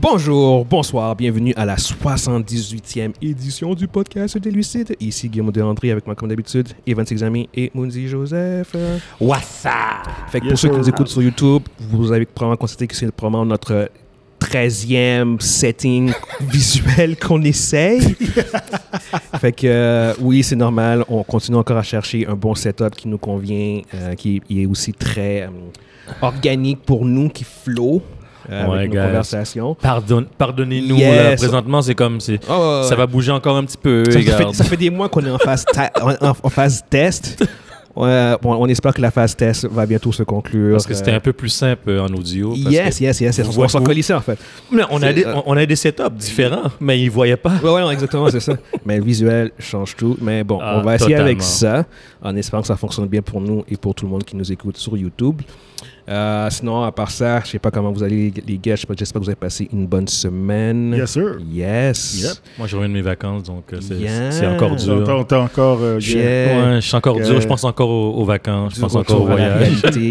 Bonjour, bonsoir, bienvenue à la 78e édition du podcast des Lucides. Ici Guillaume de André avec moi comme d'habitude, Evan Sexami et Mounzi Joseph. What's up? Fait que pour ceux qui nous écoutent sur YouTube, vous avez probablement constaté que c'est probablement notre 13e setting visuel qu'on essaye. Fait que oui, c'est normal, on continue encore à chercher un bon setup qui nous convient, qui est aussi très organique pour nous, qui flow. Avec nos conversations. Pardonnez-nous, là, présentement, c'est comme ça va bouger encore un petit peu. Ça fait des mois qu'on est en phase test. Bon, on espère que la phase test va bientôt se conclure. Parce que c'était un peu plus simple en audio. Yes. On s'en colissait, en fait. Mais on a des setups différents, mais ils ne voyaient pas. Oui, non, exactement, c'est ça. Mais le visuel change tout. Mais bon, on va essayer avec ça, en espérant que ça fonctionne bien pour nous et pour tout le monde qui nous écoute sur YouTube. Sinon, à part ça, je sais pas comment vous allez, les gars. J'espère que vous avez passé une bonne semaine. Yes, sir. Yes. Yep. Moi, je reviens de mes vacances, donc c'est encore dur. T'es encore... Ouais, je suis encore dur. Je pense encore aux vacances. Je pense encore au voyage.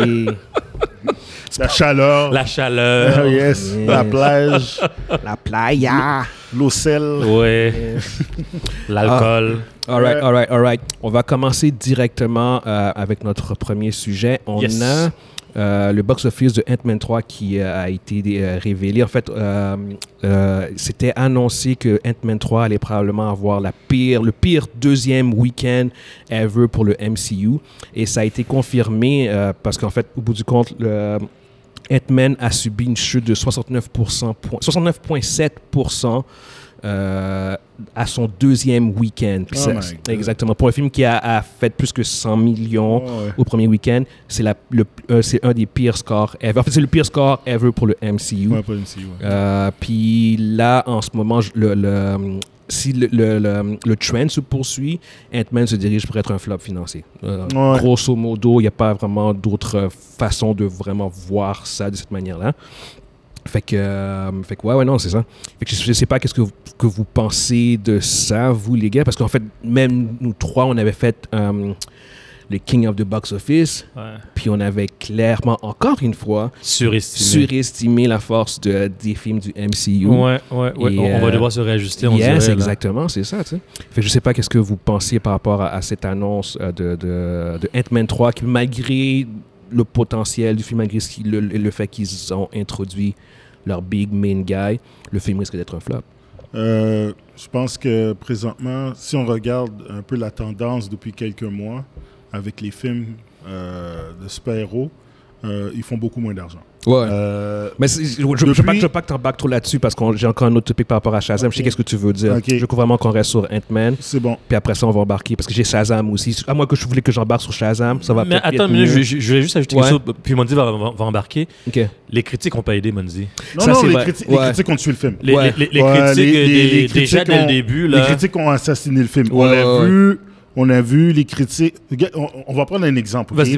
La chaleur. La chaleur. Yes. Yes. La plage. La playa. L'eau sel. Ouais. L'alcool. All right. On va commencer directement avec notre premier sujet. On a le box-office de Ant-Man 3 qui a été révélé. En fait, c'était annoncé que Ant-Man 3 allait probablement avoir le pire deuxième week-end ever pour le MCU. Et ça a été confirmé parce qu'en fait, au bout du compte, Ant-Man a subi une chute de 69,7% à son deuxième week-end. Exactement. Pour un film qui a fait plus que 100 millions au premier week-end, c'est un des pires scores ever. En fait, c'est le pire score ever pour le MCU. Ouais, pour le MCU. Puis là, en ce moment, si le trend se poursuit, Ant-Man se dirige pour être un flop financier. Grosso modo, il n'y a pas vraiment d'autre façon de vraiment voir ça de cette manière-là. Fait que non, c'est ça. Fait que je sais pas qu'est-ce que vous pensez de ça, vous les gars, parce qu'en fait, même nous trois, on avait fait le King of the Box Office, puis on avait clairement, encore une fois, surestimé la force des films du MCU. Ouais. On va devoir se réajuster, on dirait. Exactement, c'est ça, tu sais. Fait que je sais pas qu'est-ce que vous pensiez par rapport à cette annonce de Ant-Man 3, qui malgré le potentiel du film, malgré le fait qu'ils ont introduit leur big main guy, le film risque d'être un flop. Je pense que présentement, si on regarde un peu la tendance depuis quelques mois avec les films de super-héros, ils font beaucoup moins d'argent. Ouais. Mais je veux pas que tu embarques trop là-dessus parce que j'ai encore un autre topic par rapport à Shazam. Je sais qu'est-ce que tu veux dire. Je veux vraiment qu'on reste sur Ant-Man. C'est bon. Puis après ça, on va embarquer parce que j'ai Shazam aussi. À moins que je voulais que j'embarque sur Shazam, ça va mais peut-être. Mais attends, je vais juste ajouter quelque chose. Puis Mondi va embarquer. Okay. Les critiques n'ont pas aidé, Mondi. Les critiques ont tué le film. Les critiques, déjà dès le début. Les critiques ont assassiné le film. On a vu les critiques. On va prendre un exemple. Vas-y.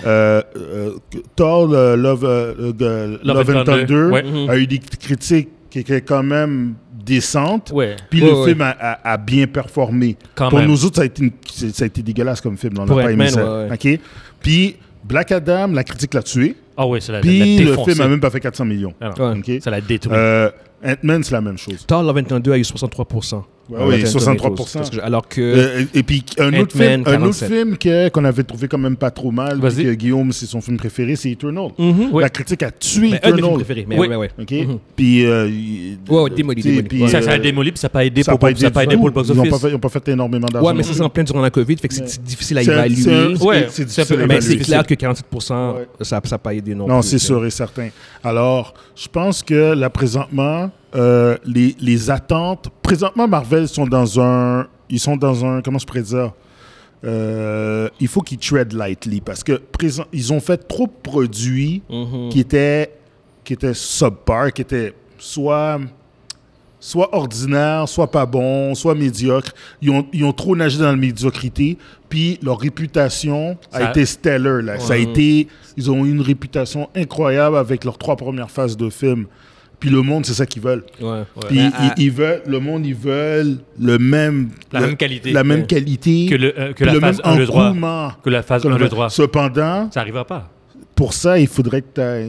Thor, Love and Thunder a eu des critiques qui étaient quand même décentes. Puis le film a bien performé. Pour nous autres, ça a été dégueulasse comme film. On n'a pas aimé ça. Puis Black Adam, la critique l'a tué. Puis le film n'a même pas fait 400 millions. Ça l'a détruit. Ant-Man, c'est la même chose. Thor, Love and Thunder a eu 63%. Oui, 63%. Alors que et puis un autre film qu'on avait trouvé quand même pas trop mal, puis que Guillaume, c'est son film préféré, c'est Eternal. La critique a tué Eternal. Un de mes films préférés, mais ouais. Puis démoli. Ça a démoli, puis ça n'a pas aidé pour le box-office. Ils n'ont pas fait énormément d'argent. Ouais, mais ça, c'est en plein durant la COVID, fait que c'est difficile à évaluer. C'est difficile à mais évaluer. c'est clair que 47%, ça n'a pas aidé non plus. Non, c'est sûr et certain. Alors, je pense que là, présentement, les attentes... Présentement, Marvel sont dans un... Comment je pourrais dire? Il faut qu'ils tread lightly parce que ils ont fait trop de produits qui étaient subpar, qui étaient soit ordinaires, soit pas bons, soit médiocres. Ils ont trop nagé dans la médiocrité, puis leur réputation a été stellar. Là. Ils ont eu une réputation incroyable avec leurs 3 premières phases de film. Puis le monde, c'est ça qu'ils veulent. Puis le monde, ils veulent la même qualité que la phase 1 de droit. Que la phase 1 de droit. Cependant, ça n'arrivera pas. Pour ça, il faudrait que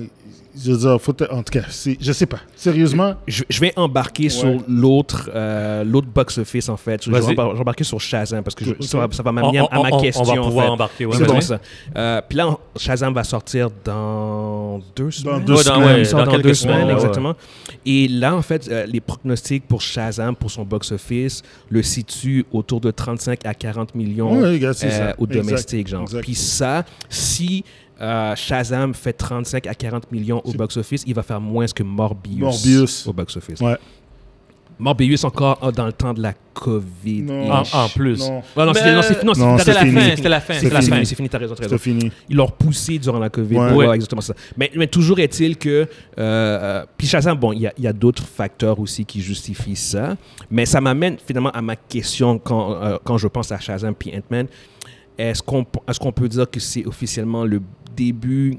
je veux dire, en tout cas, je sais pas. Sérieusement. Je vais embarquer sur l'autre box-office, en fait. Je vais embarquer sur Shazam parce que ça va m'amener à ma question. On va pouvoir embarquer, c'est bon, ça. Puis là, Shazam va sortir dans 2 semaines. Dans quelques semaines, exactement. Et là, en fait, les pronostics pour Shazam, pour son box-office, le situent autour de 35 à 40 millions au domestique, genre. Puis ça, si Shazam fait 35 à 40 millions au box-office, il va faire moins que Morbius au box-office. Ouais. Morbius encore dans le temps de la COVID. En plus. Non. C'était la fin. C'est fini, t'as raison. C'est fini. Ils l'ont repoussé durant la COVID. Ouais, exactement ça. Mais toujours est-il que... puis Shazam, bon, il y a d'autres facteurs aussi qui justifient ça. Mais ça m'amène finalement à ma question quand je pense à Shazam puis Ant-Man. Est-ce qu'on peut dire que c'est officiellement le début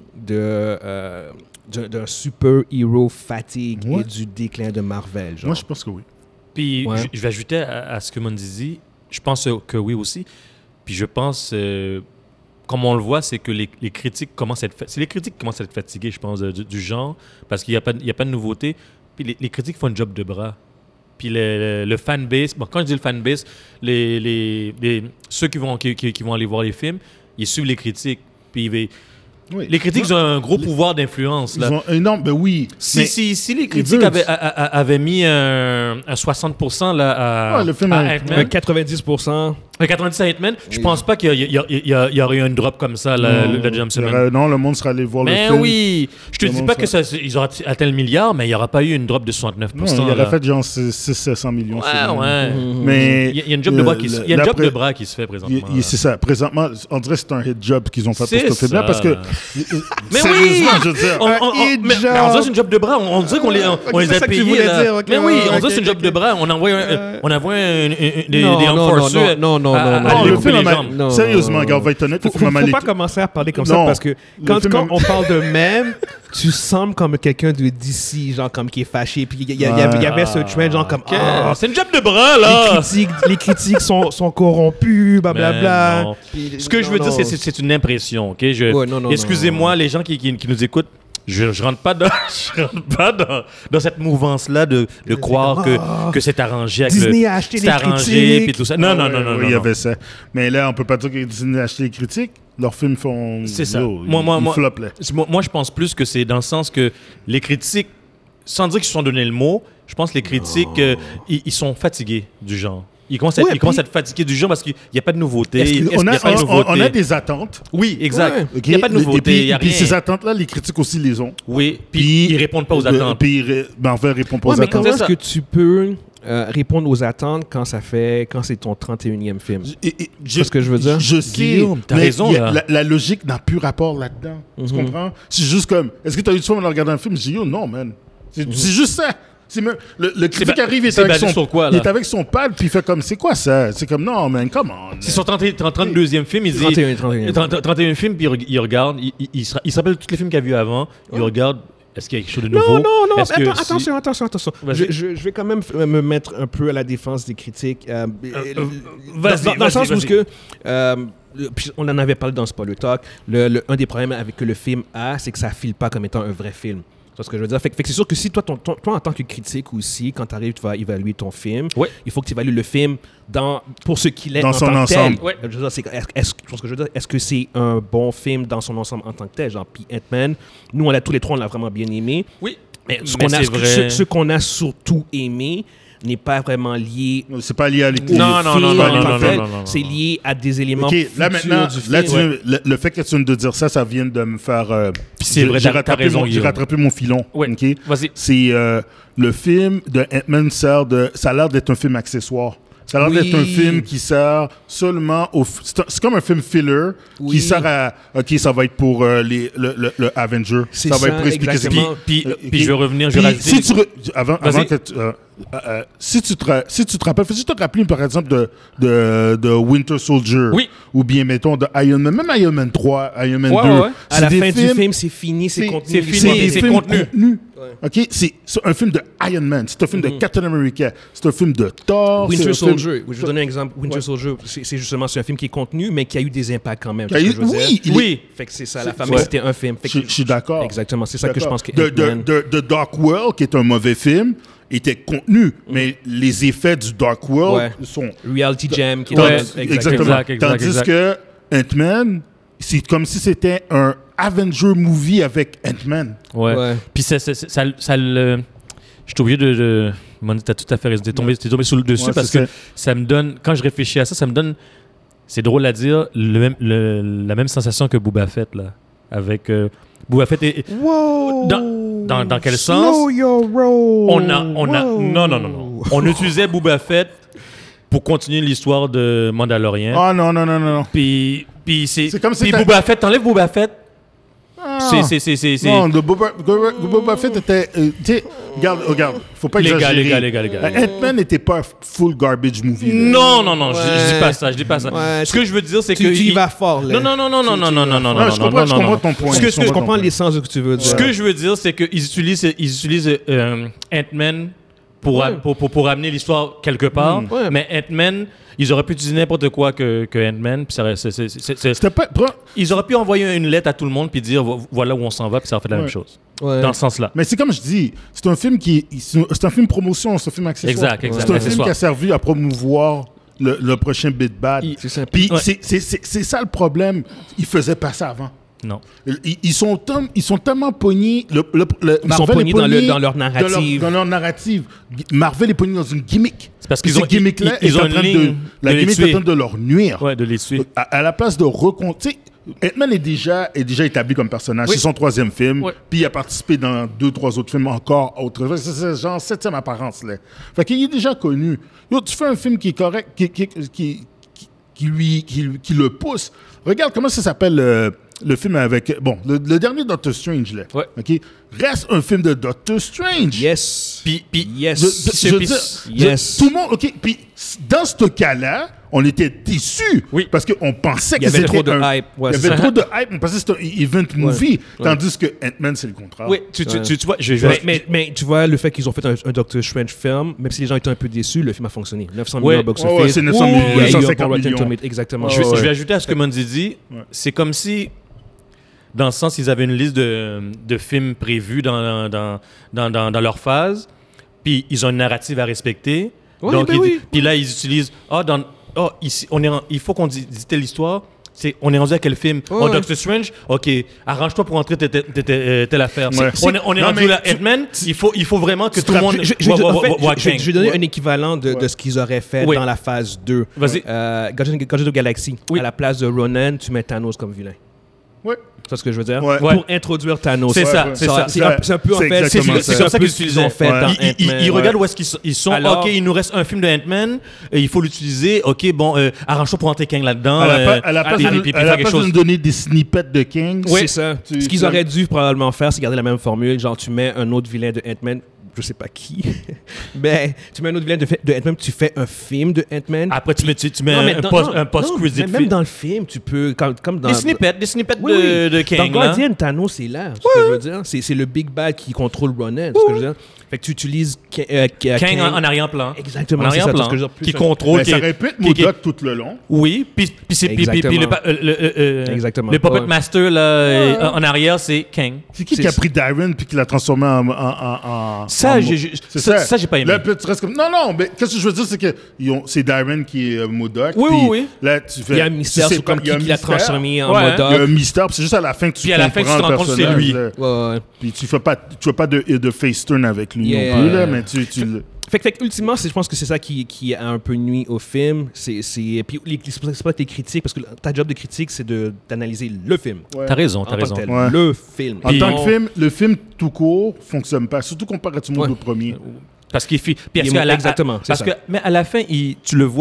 d'un super-héros fatigue et du déclin de Marvel? Genre? Moi, je pense que oui. Puis, je vais ajouter à ce que Mondi dit, je pense que oui aussi. Puis, je pense, comme on le voit, c'est que les critiques commencent à être fatigués, je pense, du genre, parce qu'il n'y a pas de nouveauté. Puis, les critiques font un job de bras. Puis le fanbase, bon, quand je dis le fanbase, ceux qui vont aller voir les films, ils suivent les critiques. Puis les critiques ont un gros pouvoir d'influence. Ils ont énorme, ben oui. Si les critiques avaient mis un 60% là, le film à Ant-Man, 90%. 90 à Ant-Man, je pense pas qu'il y aurait eu une drop comme ça le deuxième semaine. Non, le monde serait allé voir le film. Mais oui, je te dis pas qu'ils auraient atteint le milliard, mais il n'y aura pas eu une drop de 69%. Non, il aurait fait genre 600 millions. Ouais. Mais il y a une job de bras qui se fait présentement. C'est ça. Présentement, on dirait que c'est un hit job qu'ils ont fait pour ce film-là parce que. Mais oui! Je veux dire. On dirait que c'est une job de bras. On dirait qu'on les a payés. Mais oui, on dirait que c'est une job de bras. On envoie des enforcers. Non. Le film, sérieusement, gars, on va être honnête. Faut pas commencer à parler comme ça parce que quand on parle de même, tu sembles comme quelqu'un de DC, genre comme qui est fâché. Puis il y avait ce trend, genre comme c'est une job de bras là. Les critiques sont corrompues, blablabla. Ce que je veux dire, c'est une impression, ok? Excusez-moi, les gens qui nous écoutent. Je rentre pas dans cette mouvance-là de croire que c'est arrangé avec Disney a acheté les critiques et tout ça. Non. Il y avait ça. Mais là, on peut pas dire que Disney a acheté les critiques. Leurs films font... C'est ça. Moi, je pense plus que c'est dans le sens que les critiques, sans dire qu'ils se sont donné le mot, je pense que les critiques, ils sont fatigués du genre. Ils commencent à être fatigués du genre parce qu'il n'y a pas de nouveauté. On a des attentes. Oui, exact. Il n'y a pas de nouveauté. Et puis ces attentes-là, les critiques aussi les ont. Oui, puis ils ne répondent pas aux attentes. Puis Marvel répond pas aux attentes. Mais comment est-ce que tu peux répondre aux attentes quand c'est ton 31e film? C'est ce que je veux dire? Je sais, Guillaume, t'as raison, la logique n'a plus rapport là-dedans. Tu comprends? C'est juste comme, est-ce que tu as eu du soin de regarder un film? Je dis, non, man. C'est juste ça. Le critique arrive, il est avec son pad, puis il fait comme, c'est quoi ça? C'est comme, non, man, come on. C'est son 32e film, il dit... 31 films, puis il regarde, il se rappelle tous les films qu'il a vus avant, il regarde, est-ce qu'il y a quelque chose de nouveau? Non, attention. Je vais quand même me mettre un peu à la défense des critiques. Dans le sens où on en avait parlé dans Spoiler Talk, un des problèmes avec que le film a, c'est que ça file pas comme étant un vrai film. C'est ce que je veux dire. Fait que c'est sûr que si toi, en tant que critique aussi, quand tu arrives, tu vas évaluer ton film, il faut que tu évalues le film pour ce qu'il est dans en son tant ensemble. que tel. Est-ce que c'est un bon film dans son ensemble en tant que tel? Genre, puis Ant-Man, nous, tous les trois, on l'a vraiment bien aimé. Oui. Mais ce qu'on a surtout aimé n'est pas vraiment lié. C'est pas lié à l'équipe. Non. C'est lié à des éléments là maintenant, du film. Le fait que tu viens de dire ça vient de me faire. Puis c'est vrai, t'as raison. J'ai rattrapé mon filon. Ouais. Okay? Vas-y. C'est le film de Ant-Man ça a l'air d'être un film accessoire. Ça a l'air d'être un film qui sert seulement c'est comme un film filler qui sert à... OK, ça va être pour le Avenger. Ça va être pour expliquer... Puis je vais revenir, je vais rajouter... Avant que si tu te rappelles, si tu te rappelles par exemple de Winter Soldier, Oui. ou bien mettons de Iron Man, même Iron Man 3, Iron Man 2, ouais. À la fin du film, c'est fini, c'est contenu. c'est fini, des c'est films contenu. contenus. OK, c'est un film de Iron Man, c'est un film de Captain America, c'est un film de Thor, Winter c'est un film- Soldier, je vais donner un exemple. Winter Soldier, c'est justement c'est un film qui est contenu, mais qui a eu des impacts quand même. Qui a eu- c'est ce que je veux oui, dire. Oui. Fait que c'est ça, la C'est- famille, ouais. c'était un film. Fait que- Je suis d'accord. Exactement, c'est ça que je pense que de Dark World, qui est un mauvais film, était contenu, mais les effets du Dark World sont... Reality Jam qui est Ouais, Exactement. exact, Tandis exact. que Ant-Man, c'est comme si c'était un Avenger movie avec Ant-Man. Ouais. Puis ça le... Je suis obligé de... T'as tout à fait raison. T'es tombé sur le dessus Ouais, parce c'est que ça me donne... Quand je réfléchis à ça, ça me donne... C'est drôle à dire, la même sensation que Boba Fett, là. Avec... Boba Fett est... Wow! Dans quel sens? Slow your roll! Non. On utilisait Boba Fett pour continuer l'histoire de Mandalorian. Ah non. Puis C'est comme si puis t'as- Boba Fett, t'enlèves Boba Fett. Ah. C'est... Non, Boba Fett était... tu sais, regarde, faut pas Les gars, exagérer. les gars. Ant-Man n'était pas un full garbage movie. là. Non, je dis pas ça, Ouais, Ce que je veux dire, c'est que... tu y vas fort, là. Non. Je comprends ton point. Je comprends l'essence de ce que tu veux dire. Ce que je veux dire, c'est qu'ils utilisent Ant-Man pour amener l'histoire quelque part. Ouais. Mais Ant-Man, ils auraient pu utiliser n'importe quoi que Ant-Man. Puis C'était pas... ils auraient pu envoyer une lettre à tout le monde puis dire voilà où on s'en va, puis ça aurait fait la même chose. Ouais. Dans ce sens-là. Mais c'est comme je dis, c'est un film c'est un film promotion, c'est un film accessoire. Exact. C'est un film Accessoire. qui a servi à promouvoir le prochain Bit Bad. C'est ça. Puis Ouais. c'est ça le problème. Ils faisaient pas ça avant. Non. Ils sont tellement pognés. Ils sont Marvel pognés est pogné dans leur narrative. Dans leur narrative. Marvel est pogné dans une gimmick. C'est parce qu'ils Cette ont gimmick-là ils est ont en une train ligne la de les gimmick est tuer. en train de leur nuire. Ouais, de les tuer. À la place de recompter. Ant-Man est déjà établi comme personnage. Oui. C'est son 3e film. Ouais. Puis il a participé dans 2-3 autres films encore. C'est genre 7e apparence. Là. Fait qu'il est déjà connu. Yo, tu fais un film qui est correct, qui le pousse. Regarde comment ça s'appelle le film avec... Bon, le dernier Doctor Strange. Là. Ouais. OK? Reste un film de Doctor Strange. Yes. Puis Yes. Je veux dire, Yes. tout le monde... OK? Puis dans ce cas-là, on était déçus. Oui. Parce qu'on pensait Il y que avait c'était trop de hype. Ouais, il y c'est avait ça. trop de hype. On pensait que c'était un event movie. Tandis que Ant-Man, c'est le contraire. Oui, tu vois, Mais tu vois, le fait qu'ils ont fait un Doctor Strange film, même si les gens étaient un peu déçus, le film a fonctionné. 900 Ouais. millions au box-office. Ouais, c'est 900 Il y a eu un 950 bon Rotten millions. Tomatoes. Exactement. Je Ouais. vais ajouter à ce que Mondi dit. Ouais. C'est comme si, dans le sens, ils avaient une liste de films prévus dans leur phase, puis ils ont une narrative à respecter. Ouais, Donc, ben oui. puis là, ils utilisent ici, il faut qu'on dise telle histoire. On est rendu à quel film? Ouais. Doctor Strange? OK, arrange-toi pour entrer telle affaire. Ouais. On est Non, rendu mais là. Ant-Man, il faut vraiment que tout le monde Je vais donner un équivalent de ce qu'ils auraient fait Oui. dans la phase 2. Vas-y. Guardians of the Galaxy. Oui. À la place de Ronan, tu mets Thanos comme vilain. Ouais. C'est ce que je veux dire? Ouais. Pour introduire Thanos. C'est ça, ouais. c'est ça. C'est un peu, en C'est fait, exactement ça. C'est comme ça qu'ils qu'ils ont fait Ouais. dans Ils Ant-Man. regardent où est-ce qu'ils sont. Alors- OK, il nous reste un film de Ant-Man. Il faut l'utiliser. OK, bon, arrange-toi pour entrer Kang là-dedans. À la place puis de faire quelque nous chose. donner des snippets de King. C'est ça. Tu- Ce qu'ils tu- auraient dû probablement faire, c'est garder la même formule. Genre, tu mets un autre vilain de Ant-Man, je sais pas qui. Mais tu mets un autre vilain de Ant-Man, tu fais un film de Ant-Man. Après, tu mets Non, mais un post-credit même dans le film, tu peux, comme dans... Des snippets Oui, oui. de Kang. Dans là. Guardian, Thanos, c'est là. Ce que je veux dire, c'est le Big Bad qui contrôle Ronan. Ce que je veux dire. Fait que tu utilises Kang en arrière-plan. Exactement, En c'est ça, arrière-plan. ce que je veux dire, plus Qui un- contrôle. Mais ça répète Modok tout le long. Oui, puis Exactement. le Puppet Ouais. Master là, en arrière, c'est Kang. C'est qui a pris Darren puis qui l'a transformé en Ça, c'est ça, j'ai pas aimé. Là, puis tu restes comme... Non, mais qu'est-ce que je veux dire, c'est que c'est Darren qui est Modok. Oui, puis oui, oui. Là, tu fais... Il y a un mystère tu sais sur comme pas- il y a qui un l'a mystère. transformé en Ouais. Il y a Modok. un mystère, puis c'est juste à la fin que tu Puis à la fin, tu te comprends rends le compte que c'est personnage, lui. là. Ouais, ouais. Puis tu fais pas de face turn avec lui Yeah. non plus, là, mais tu Fait que ultimement, je pense que c'est ça qui a un peu nuit au film. Puis c'est pas que les critiques, parce que ta job de critique, c'est d'analyser le film. Ouais. T'as raison, En t'as tant que raison. tel. Ouais. Le film. En Et tant non- que film, le film tout court fonctionne pas, surtout comparativement Ouais. au premier. Parce qu'il fait. Exactement, c'est parce ça. que, mais à la fin, tu le vois,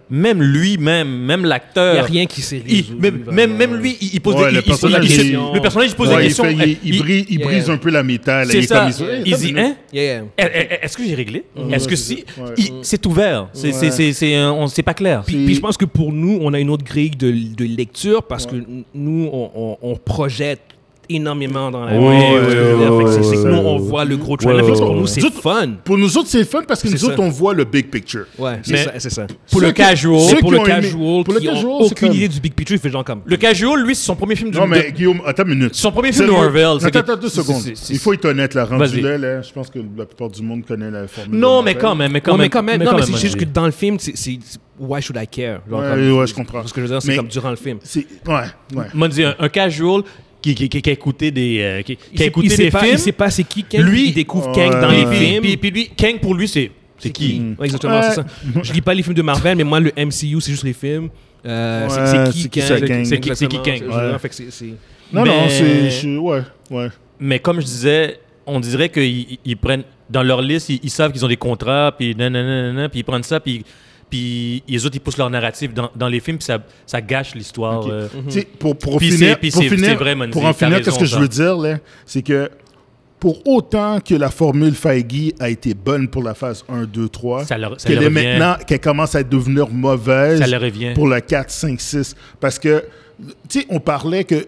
même lui, même Il l'acteur. n'y a rien qui s'est résolu. Même lui, il pose Ouais, des questions. Le personnage, il pose des Ouais, questions. il brise un peu la métal. C'est ça. Il dit, hein? Est-ce que j'ai réglé? Est-ce que si? Ouais. C'est ouvert. C'est pas clair. Puis je pense que pour nous, on a une autre grille de lecture parce que nous, on projette énormément dans la c'est que nous, on voit le gros trailer. Pour nous, c'est fun. Pour nous autres, c'est fun parce que nous autres, on voit le big picture. Ouais, c'est ça. Pour le casual, qui n'ont aucune idée du big picture, il fait genre comme... Le casual, lui, c'est son premier film Non, mais Guillaume, attends une minute. Son premier film de Marvel. Attends 2 secondes. Il faut être honnête, là. Rendu là, je pense que la plupart du monde connaît la formule. Non, mais quand même. Non, mais c'est juste que dans le film, c'est... Why should I care? Ouais, je comprends. Parce que je veux dire, c'est comme durant le film. Ouais. Moi, dit un casual... qui a écouté des films. Il sait pas c'est qui Kang. Lui, il découvre Kang dans les films. Puis lui, Kang pour lui, c'est qui? Ouais, exactement, c'est ça. Je lis pas les films de Marvel, mais moi, le MCU, c'est juste les films. C'est qui Kang? C'est qui Kang? Non, c'est... Ouais. Mais comme je disais, on dirait qu'ils prennent... Dans leur liste, ils savent qu'ils ont des contrats, puis nanana, puis ils prennent ça, puis les autres, ils poussent leur narratif dans les films, puis ça gâche l'histoire. Okay. Pour en finir, qu'est-ce que je veux dire, là, c'est que pour autant que la formule Feige a été bonne pour la phase 1, 2, 3, qu'elle est maintenant, qu'elle commence à devenir mauvaise pour la 4, 5, 6. Parce que, tu sais, on parlait que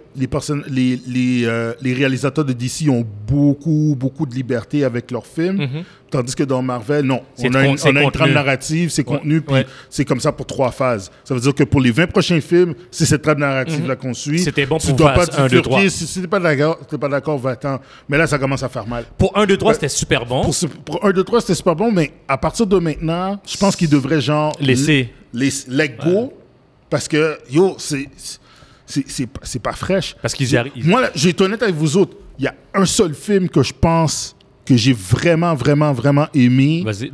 les réalisateurs de DC ont beaucoup de liberté avec leurs films, tandis que dans Marvel, non. On a une trame narrative, c'est contenu, puis c'est comme ça pour 3 phases. Ça veut dire que pour les 20 prochains films, c'est cette trame narrative-là qu'on suit. C'était bon pour phase 1, 2, 3. Si tu n'es pas d'accord, va-t'en. Mais là, ça commence à faire mal. Pour 1, 2, 3, c'était super bon. Pour 1, 2, 3, c'était super bon, mais à partir de maintenant, je pense qu'ils devraient genre... let go, parce que, c'est pas fraîche. Parce qu'ils y arrivent. Moi, là, je vais être honnête avec vous autres. Il y a un seul film que je pense que j'ai vraiment aimé. Vas-y,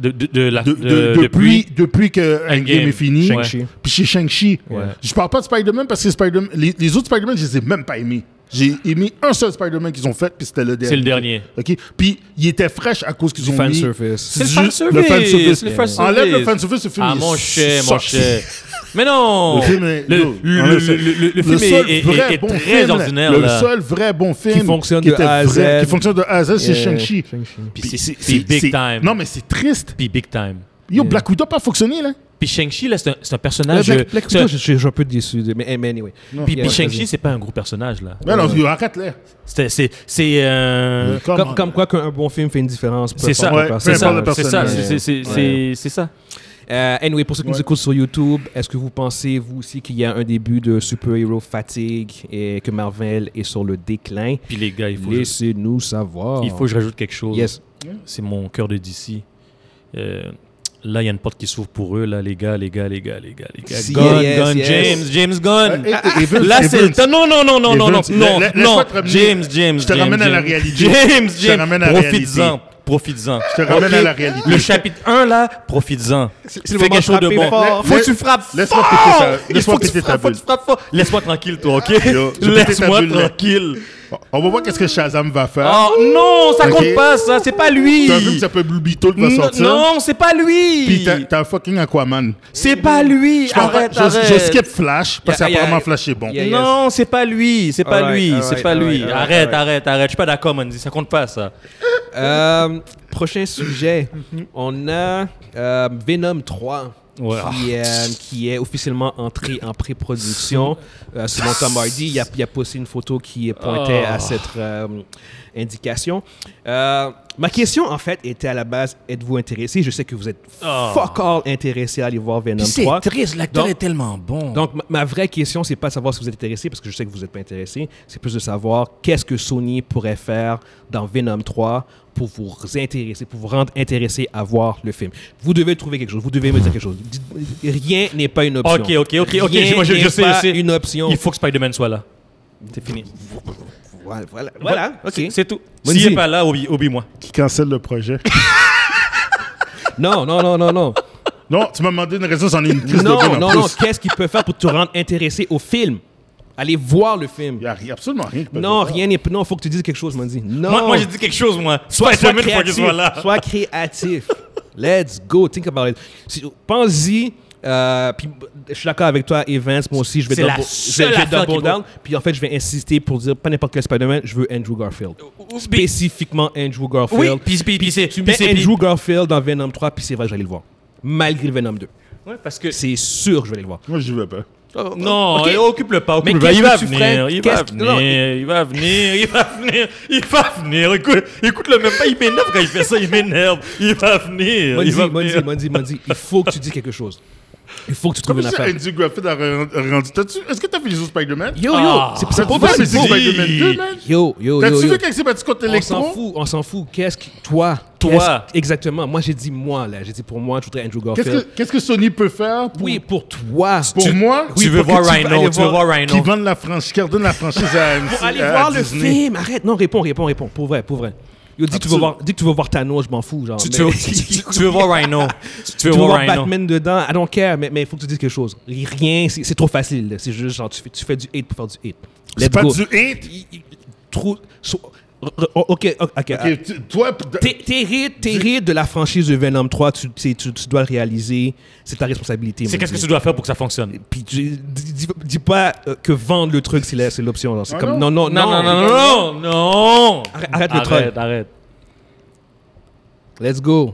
depuis que Endgame est fini. Shang-Chi. Puis chez Shang-Chi. Ouais. Je parle pas de Spider-Man parce que les autres Spider-Man, je les ai même pas aimés. J'ai aimé un seul Spider-Man qu'ils ont fait, puis c'était le dernier. C'est le dernier. OK? Puis il était fraîche à cause qu'ils ont mis... C'est le fanservice. Enlève le fanservice, ce film est mon cher. Mais non! Le film est très ordinaire. Le seul vrai bon film qui fonctionne de A à Z, c'est Shang-Chi. Puis c'est big time. Non, mais c'est triste. Puis big time. Black Widow n'a pas fonctionné, là. Puis Shang-Chi, là, c'est un personnage... Black Widow, je suis un peu déçu. Mais anyway. Puis Shang-Chi, c'est pas un gros personnage, là. Mais non, arrête, là. C'est comme quoi qu'un bon film fait une différence. C'est ça. C'est ça. Anyway, pour ceux qui nous écoutent sur YouTube, est-ce que vous pensez, vous aussi, qu'il y a un début de super-héros fatigue et que Marvel est sur le déclin? Puis les gars, laissez-nous savoir. Il faut que je rajoute quelque chose. Yes. C'est mon cœur de DC. Là, il y a une porte qui s'ouvre pour eux, là, les gars. James Gunn. Là, c'est... Non, James. Je te ramène à la réalité. James, profites-en. Je te ramène à la réalité. Le chapitre 1, là, profites-en. Fais quelque chose de bon. Faut que tu frappes. Laisse-moi péter ta bulle. Laisse-moi tranquille, toi, OK? Laisse-moi tranquille. On va voir qu'est-ce que Shazam va faire. Oh non, ça compte pas, ça. C'est pas lui. T'as vu que ça peut Blue Beetle qui va sortir? Non, c'est pas lui. Puis t'as un fucking Aquaman. C'est pas lui. Arrête. Je skip Flash parce qu'apparemment Flash est bon. Non, c'est pas lui. C'est pas lui. Arrête. Je suis pas d'accord, Mandy. Ça compte pas, ça. Prochain sujet. On a Venom 3. Qui est officiellement entré en pré-production. Selon Tom Hardy, il a posté une photo qui pointait à cette indication. Ma question, en fait, était à la base, êtes-vous intéressé? Je sais que vous êtes fuck all intéressé à aller voir Venom 3. C'est triste, l'acteur est tellement bon. Donc, ma vraie question, c'est pas de savoir si vous êtes intéressé, parce que je sais que vous n'êtes pas intéressé. C'est plus de savoir qu'est-ce que Sony pourrait faire dans Venom 3 pour vous intéresser, pour vous rendre intéressé à voir le film. Vous devez trouver quelque chose. Vous devez me dire quelque chose. Rien n'est pas une option. OK. Rien je sais. Une option. Il faut que Spider-Man soit là. C'est fini. Voilà. OK. C'est tout. S'il n'est pas là, oublie-moi. Qui cancelle le projet? Non. Non, tu m'as demandé une raison, c'en est une crise de gueule. Non. Qu'est-ce qu'il peut faire pour te rendre intéressé au film? Allez voir le film. Il n'y a absolument rien. Non, rien n'est... Non, il faut que tu dises quelque chose, Mandy. Non. Moi, j'ai dit quelque chose, moi. Sois créatif. Sois créatif. Let's go. Think about it. Pense-y. Puis je suis d'accord avec toi, Evans, moi aussi, je vais C'est la seule affaire double qui down. Puis en fait, je vais insister pour dire pas n'importe quel Spider-Man, je veux Andrew Garfield. Spécifiquement Andrew Garfield. Oui, puis c'est... Tu mets Andrew Garfield dans Venom 3, puis c'est vrai, j'allais le voir. Malgré le Venom 2. Ouais, parce que... C'est sûr que je vais aller le voir. Moi, je vais pas. Non, Ok. occupe-le pas. Mais Il qu'est-ce va que tu ferais? venir, il va venir. Écoute-le même pas, il m'énerve quand il fait ça, il m'énerve. Il va venir. Mondi, il faut que tu dises quelque chose. Il faut que tu trouves Comment une ça, affaire. Andrew Garfield a rendu... Est-ce que t'as fait les autres Spider-Man? Yo, c'est pas T'as fait possible. Spider-Man 2, man? Yo. T'as-tu vu quand il s'est battu contre On s'en Electro? fout, on s'en fout. Qu'est-ce que... Toi. Exactement. Moi, j'ai dit moi, là. J'ai dit pour moi, je voudrais Andrew Garfield. Qu'est-ce que Sony peut faire pour... Oui, pour toi. Pour moi? Tu veux voir Rhino, tu veux voir Qui Rhino. vendent la franchise, qui redonnent la franchise à Pour aller à voir le Disney. film. Arrête. Non, réponds. Pour vrai. Yo, dis que tu veux voir Thanos, je m'en fous. Genre, Tu veux voir Rhino. Tu veux tu veux voir voir Rhino. Batman dedans. I don't care, mais il faut que tu dises quelque chose. Rien, c'est trop facile. C'est juste genre, tu fais du hate pour faire du hate. C'est pas du hate? Ok. Toi... T'es ride de la franchise de Venom 3, tu dois le réaliser. C'est ta responsabilité. C'est qu'est-ce que tu dois faire pour que ça fonctionne. Puis dis pas que vendre le truc, c'est l'option. genre. C'est Ah comme non. non. Non. Arrête le troll. Arrête. Let's go.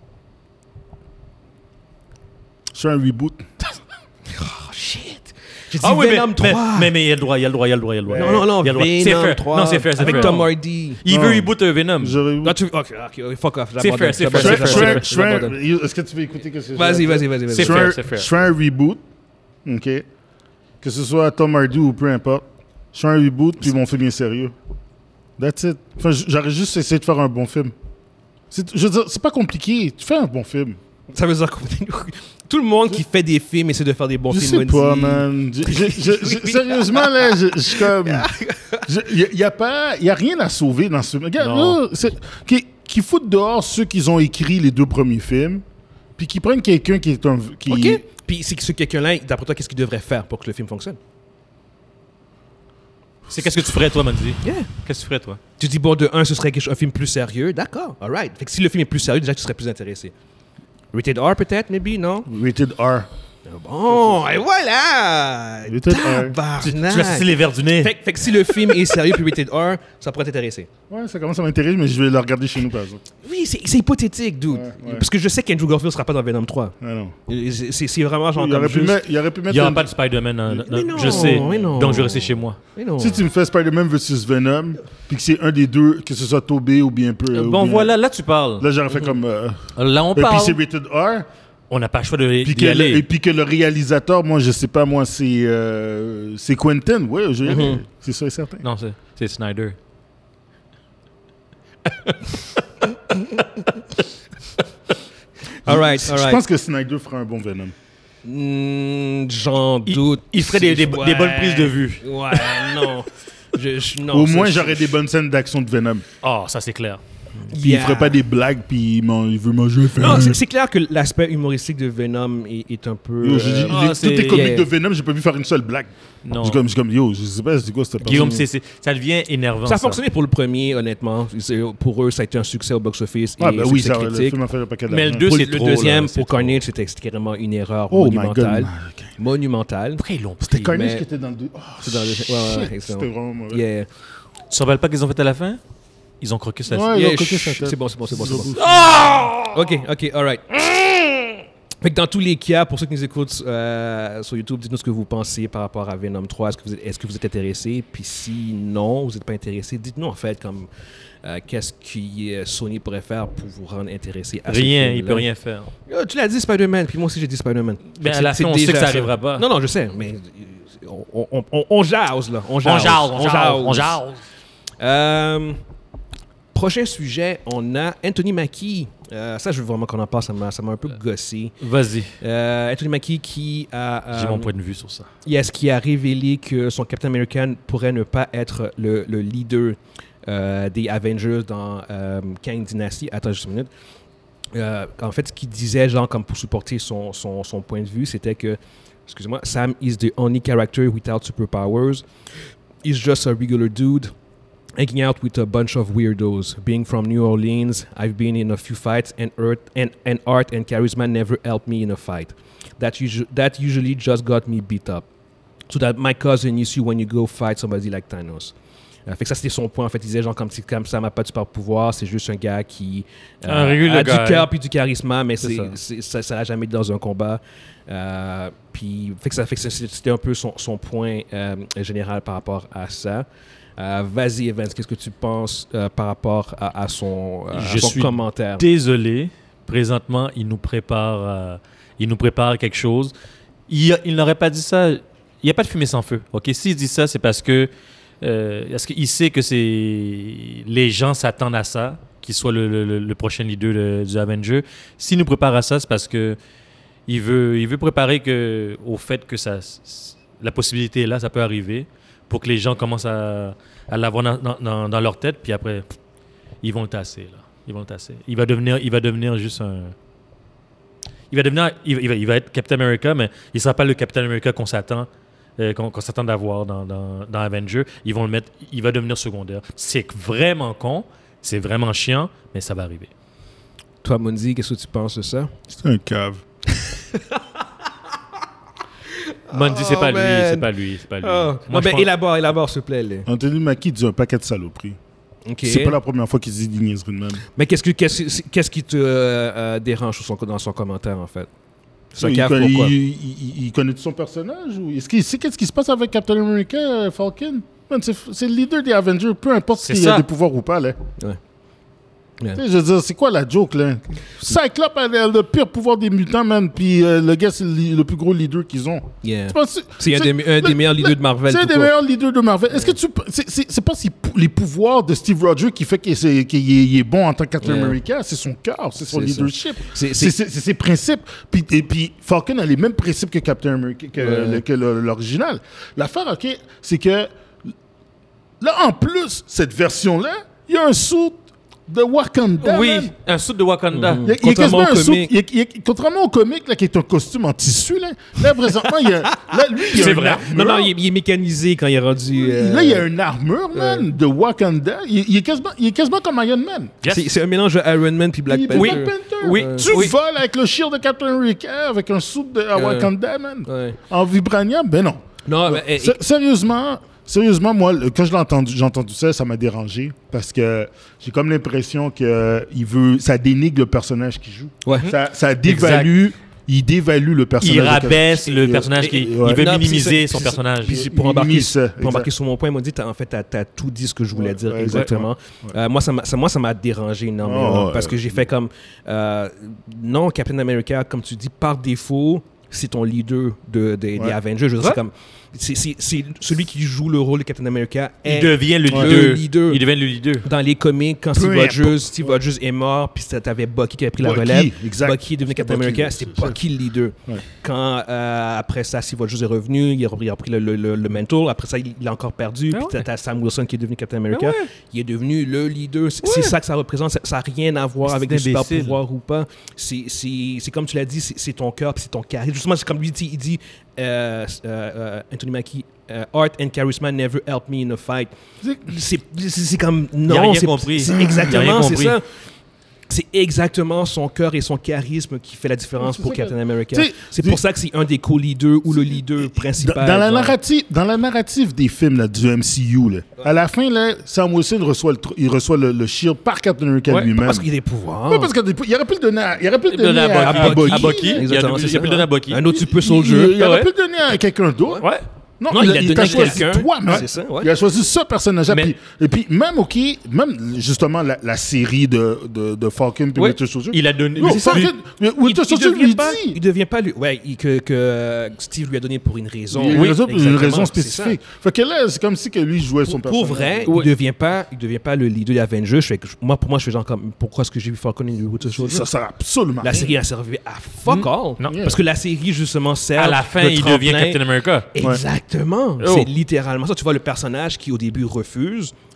Je suis un reboot. Oh shit. J'ai dit Ah oui, Venom 3. mais il y a le droit. Non, Il y a le droit. Venom C'est fair. 3. Non, c'est fair. Avec Tom Hardy. Il Non. veut reboot Venom. Je reboot. Non, ok, fuck off. C'est fair, c'est fair, c'est fair. Est-ce que tu veux écouter ce que Vas-y. C'est fair, c'est fair. Je fais un reboot, OK? Que ce soit Tom Hardy ou peu importe. Je fais un reboot, puis mon film est sérieux. That's it. Enfin, j'aurais juste essayé de faire un bon film. Je veux dire, c'est pas compliqué. Tu fais un bon film. Ça veut dire que tout le monde qui fait des films essaie de faire des bons Je films. sais pas, man. Sérieusement, là, je suis comme... Il n'y a rien à sauver dans ce film. Regarde, là, qui foutent dehors ceux qui ont écrit les 2 premiers films, puis qui prennent quelqu'un qui est un... OK. Puis c'est que ce quelqu'un-là, d'après toi, qu'est-ce qu'il devrait faire pour que le film fonctionne? C'est qu'est-ce que tu ferais, toi, Mandy? Yeah. Qu'est-ce que tu ferais, toi? Tu dis, bon, de un, ce serait un film plus sérieux. D'accord, all right. Fait que si le film est plus sérieux, déjà, tu serais plus intéressé. Rated R, peut-être, maybe, non? Rated R. Bon, et voilà! Rated R. Tu vas sucer les verres du nez. Fait que si le film est sérieux puis rated R, ça pourrait t'intéresser. Ouais, ça commence à m'intéresser, mais je vais le regarder chez nous, par exemple. Oui, c'est hypothétique, dude. Ouais. Parce que je sais qu'Andrew Garfield sera pas dans Venom 3. Ah non. C'est vraiment genre Il comme aurait pu juste... mettre... Il n'y aura pas de Spider-Man. Mais non, Je sais. mais non. Donc, je vais rester chez moi. Mais non. Si tu me fais Spider-Man versus Venom, puis que c'est un des deux, que ce soit Tobey ou bien... Bon, voilà, là, tu parles. Là, j'aurais fait comme... Là, on et puis parle. c'est rated R. On n'a pas le choix d'y Puis aller. et puis que le réalisateur, moi, je sais pas, moi, c'est Quentin. Ouais, je dirais. C'est ça et certain. Non, c'est Snyder. All right. Je pense que Snyder fera un bon Venom. J'en doute. Il ferait des bonnes prises de vue. Ouais, non. Non, Au moins, j'aurais des bonnes scènes d'action de Venom. Oh, ça, c'est clair. Puis il ferait pas des blagues, puis il veut manger. Non, c'est clair que l'aspect humoristique de Venom est un peu... Yo, j'ai dit, c'est- toutes les comiques yeah. de Venom, j'ai pas vu faire une seule blague. Non. Je suis comme, yo, je sais pas, c'est quoi cette Guillaume, personne. ça devient énervant. Ça a fonctionné pour le premier, honnêtement. Pour eux, ça a été un succès au box-office Ah, et ben oui, succès ça, le critique. film a fait un paquet Mais le d'argent. 2, Pour c'est le trop. deuxième, là, c'est pour trop. Carnage, c'était carrément une erreur Oh my monumentale. God. Monumentale. Pourquoi ils l'ont pris? C'était Carnage mais- qui était dans le 2. Oh, C'est dans le- shit, ouais, ouais, c'était vraiment mauvais. Yeah. Tu te rappelles pas qu'ils ont fait à la fin? Ils ont croqué ça. Ouais, ils Yeah, ont coqué sa tête. c'est bon. Ah! OK, all right. Fait que dans tous les cas, pour ceux qui nous écoutent sur YouTube, dites-nous ce que vous pensez par rapport à Venom 3. Est-ce que vous êtes intéressé? Puis si non, vous n'êtes pas intéressé, dites-nous en fait comme qu'est-ce que Sony pourrait faire pour vous rendre intéressé à ce Rien, film-là. il peut rien faire. Tu l'as dit Spider-Man, puis moi aussi j'ai dit Spider-Man. Mais Fait à la fin, on déjà sait que ça arrivera pas. Non, je sais, mais on jase là. On jase. Prochain sujet, on a Anthony Mackie. Ça, je veux vraiment qu'on en parle, ça m'a un peu gossé. Vas-y. Anthony Mackie qui a... J'ai mon point de vue sur ça. Yes, qui a révélé que son Captain American pourrait ne pas être le leader des Avengers dans Kang Dynasty. Attends juste une minute. En fait, ce qu'il disait, genre, comme pour supporter son point de vue, c'était que, excusez-moi, Sam is the only character without superpowers. He's just a regular dude. hanging out with a bunch of weirdos. Being from New Orleans, I've been in a few fights, and art and charisma never helped me in a fight. That usually just got me beat up. So that my cousin used you when you go fight somebody like Thanos. Fait que ça, c'était son point. En fait, il disait, genre, comme ça n'a pas de super pouvoir, c'est juste un gars qui a du cœur puis du charisme, mais ça l'a jamais été dans un combat. Puis, fait que c'était un peu son point général par rapport à ça. Vas-y, Evans, qu'est-ce que tu penses par rapport à son commentaire? Désolé. Présentement, il nous prépare quelque chose. Il n'aurait pas dit ça. Il n'y a pas de fumée sans feu. Ok, s'il dit ça, c'est parce qu'il sait que les gens s'attendent à ça, qu'il soit le prochain leader du Avenger. S'il nous prépare à ça, c'est parce que il veut préparer au fait que la possibilité est là, ça peut arriver, pour que les gens commencent à l'avoir dans leur tête, puis après, ils vont le tasser. Là. Ils vont le tasser. Il va devenir juste un... Il va être Captain America, mais il ne sera pas le Captain America qu'on s'attend d'avoir dans Avenger. Ils vont le mettre, il va devenir secondaire. C'est vraiment con, c'est vraiment chiant, mais ça va arriver. Toi, Mundi, qu'est-ce que tu penses de ça? C'est un cave. Mundi, c'est pas lui. Oh. Moi, élabore, s'il te plaît. Anthony Mackie dit un paquet de saloperies. Okay. C'est pas la première fois qu'il dit des niaiseries de même. Mais qu'est-ce qui te dérange dans son commentaire, en fait? Pourquoi? Il connaît son personnage? Ou est-ce qu'il sait qu'est-ce qui se passe avec Captain America, Falcon? Man, c'est le leader des Avengers, peu importe s'il a des pouvoirs ou pas. Là. Ouais. Yeah. Je veux dire, c'est quoi la joke, là? Cyclope a le pire pouvoir des mutants, man, puis le gars, c'est le plus gros leader qu'ils ont. Yeah. C'est un des meilleurs leaders de Marvel. C'est un des meilleurs leaders de Marvel. Est-ce que c'est pas les pouvoirs de Steve Rogers qui fait qu'il est bon en tant que Captain America? C'est son cœur, c'est son leadership. C'est ses principes. Puis Falcon a les mêmes principes que Captain America, que l'original. L'affaire, OK, c'est que là, en plus, cette version-là, il y a un saut de Wakanda. Oui, man. un suit de Wakanda. Il y a quasiment un suit. Contrairement au comique, là, qui est un costume en tissu, là présentement, il y a c'est une vrai. armure. Non, il est mécanisé quand il est rendu... Là, il y a une armure, man, de Wakanda. Il est quasiment comme Iron Man. Yes. C'est un mélange de Iron Man puis Black Panther. Oui. Tu voles avec le shield de Captain America, avec un suit de Wakanda, man. En vibranium, ben non. Non, Sérieusement, moi, quand j'ai entendu ça m'a dérangé parce que j'ai comme l'impression que ça dénigre le personnage qu'il joue. Ouais. Ça dévalue, il dévalue le personnage. Il rabaisse le personnage, il veut minimiser son personnage. Puis pour embarquer sur mon point, il m'a dit, en fait, t'as tout dit ce que je voulais dire exactement. Moi, ça m'a dérangé énormément parce que j'ai fait comme... non, Captain America, comme tu dis, par défaut, c'est ton leader des Avengers. Je veux dire, c'est comme... C'est celui qui joue le rôle de Captain America. Il devient le leader. Il devient le leader. Dans les comics, quand Steve Rogers est mort, puis t'avais Bucky qui avait pris la relève. Bucky est devenu Captain America, c'était Bucky le leader. Ouais. Quand après ça, Steve Rogers est revenu, il a repris le mantle. Après ça, il a encore perdu. Puis t'as Sam Wilson qui est devenu Captain America. Il est devenu le leader. C'est ça que ça représente. Ça n'a rien à voir avec des super pouvoirs ou pas. C'est comme tu l'as dit, c'est ton cœur, puis c'est ton charisme. Justement, c'est comme lui il dit. Anthony Mackie, art and charisma never helped me in a fight. C'est comme non, c'est exactement c'est ça. C'est exactement son cœur et son charisme qui fait la différence pour Captain America. C'est pour ça que c'est un des co-leaders ou le leader principal. Dans la narrative des films là, du MCU, là, à la fin, là, Sam Wilson reçoit le shield par Captain America lui-même. Parce qu'il a des pouvoirs. Ouais, parce qu'il aurait pu le donner à Bucky. Exactement, il aurait pu le donner à Bucky. Un autre super soldier. Il aurait pu le donner à quelqu'un d'autre. Ouais. Non, il a donné à quelqu'un. C'est ça, ouais. Il a choisi ce personnage-là. Et puis, même justement, la série de Falcon et Winter Soldier. Il a donné. Winter Soldier lui dit. Il devient pas lui. Ouais, que Steve lui a donné pour une raison. Une raison spécifique. Fait que là, c'est comme si que lui jouait son personnage. Pour vrai, il devient pas le leader des Avengers. Pour moi, je fais genre comme. Pourquoi est-ce que j'ai vu Falcon et Winter Soldier? Ça sert absolument. La série a servi à fuck all. Parce que la série, justement, sert. À la fin, il devient Captain America. Exactement. C'est littéralement ça. Tu vois le personnage qui, au début, refuse,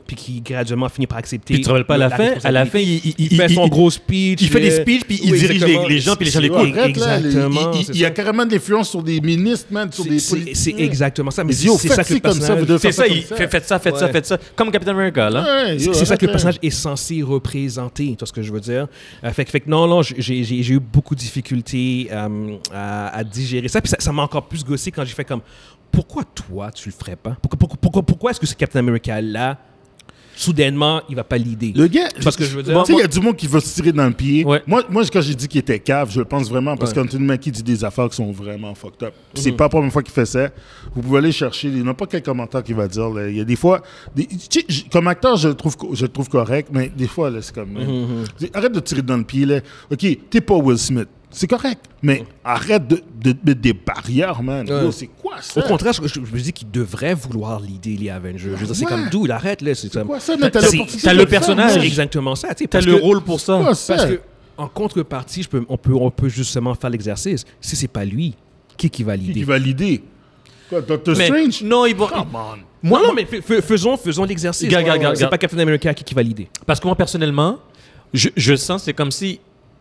puis qui graduellement finit par accepter. Puis tu te rappelles pas, à la fin, il fait son gros speech. Il fait des speeches, puis il dirige les gens, puis les gens l'écoutent. Exactement. Il y a carrément de l'influence sur des ministres, man, sur des politiciens. C'est exactement ça. Mais c'est ça que le personnage... C'est ça, il fait ça. Comme Captain America, là. C'est ça que le personnage est censé représenter, tu vois ce que je veux dire. Fait que non, j'ai eu beaucoup de difficultés à digérer ça. Puis ça m'a encore plus gossé quand j'ai fait comme, pourquoi toi, tu le ferais pas? Pourquoi est-ce que ce Captain America-là, soudainement, il va pas l'idée? Le gars, parce que je veux dire, tu sais, il y a du monde qui va se tirer dans le pied. Ouais. Moi, quand j'ai dit qu'il était cave, je le pense vraiment parce qu'Anthony Mackie dit des affaires qui sont vraiment fucked up. C'est pas la première fois qu'il fait ça. Vous pouvez aller chercher, il n'y a pas quel commentaire qu'il va dire. Là. Il y a des fois, comme acteur, je le trouve correct, mais des fois, là, c'est comme... Arrête de tirer dans le pied. Là. OK, t'es pas Will Smith. C'est correct, mais arrête de mettre des barrières, man. Yo, c'est quoi ça? Au contraire, je me dis qu'il devrait vouloir l'idée les Avengers. Je veux dire, c'est comme d'où il arrête, là. C'est quoi ça? T'as le personnage. C'est exactement ça. T'as le rôle pour ça. Parce que, en contrepartie, on peut justement faire l'exercice. Si c'est pas lui, qui va l'idée? Qui va l'idée? Quoi, Doctor Strange? Non, il va... Non, mais faisons l'exercice. C'est pas Captain America qui va l'idée. Parce que moi, personnellement, je sens c'est comme si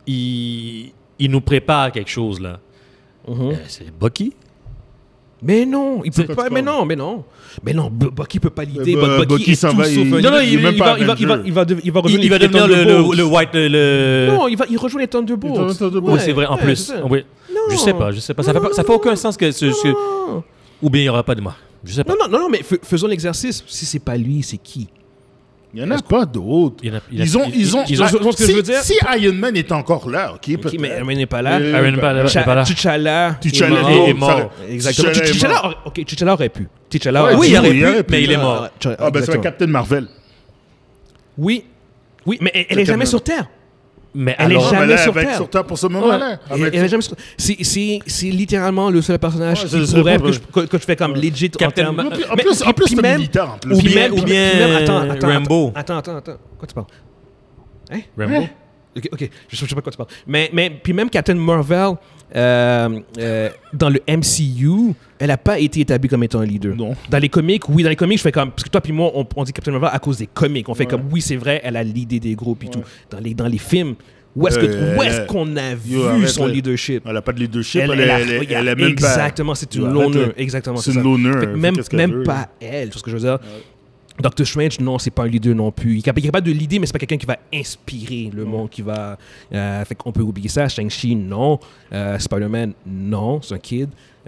il nous prépare quelque chose, là. C'est Bucky? Mais non, il peut pas. Mais non. Bucky peut pas l'idée. Bucky est s'en tout va. sauf Non, il va devenir le White. Non, il rejoint les Thunderbolts. Oui, c'est vrai. En plus, oui. Je sais pas. Ça fait aucun sens que ou bien il y aura pas de moi. Je sais pas. Non, mais faisons l'exercice. Si c'est pas lui, c'est qui? Il n'y en a pas d'autres. Ils ont ce que je veux dire. Si Iron Man est encore là, OK, peut-être. Mais Iron Man n'est pas là. Iron Man n'est pas là. T'Challa est mort. Exactement. T'Challa aurait pu. Oui, il aurait pu, mais il est mort. Ah, ben c'est un Captain Marvel. Oui, mais elle est jamais sur Terre. Mais elle est jamais sur Terre. sur Terre pour ce moment-là. Elle est jamais sur Terre. C'est littéralement le seul personnage qui pourrait que je fais comme legit en termes... En plus, c'est militaire. Ou bien Rambo. Attends. Quoi tu parles? Hein? Rambo. OK. Je sais pas quoi tu parles. Mais puis même Captain Marvel, dans le MCU, elle n'a pas été établie comme étant un leader. Non. Dans les comics, oui. Dans les comics, je fais comme... Parce que toi puis moi, on dit Captain Marvel à cause des comics. On fait comme, oui, c'est vrai, elle a l'idée des groupes et tout. Dans les films, où est-ce qu'on a vu son leadership? Elle n'a pas de leadership. Elle a même exactement, c'est une loner. Exactement, c'est une loner. Même pas elle, tu vois ce que je veux dire? Doctor Strange, non, c'est pas un leader non plus. Il est capable de l'idée, mais c'est pas quelqu'un qui va inspirer le monde, qui va... fait qu'on peut oublier ça. Shang-Chi, non. Spider-Man, non, c'est un kid.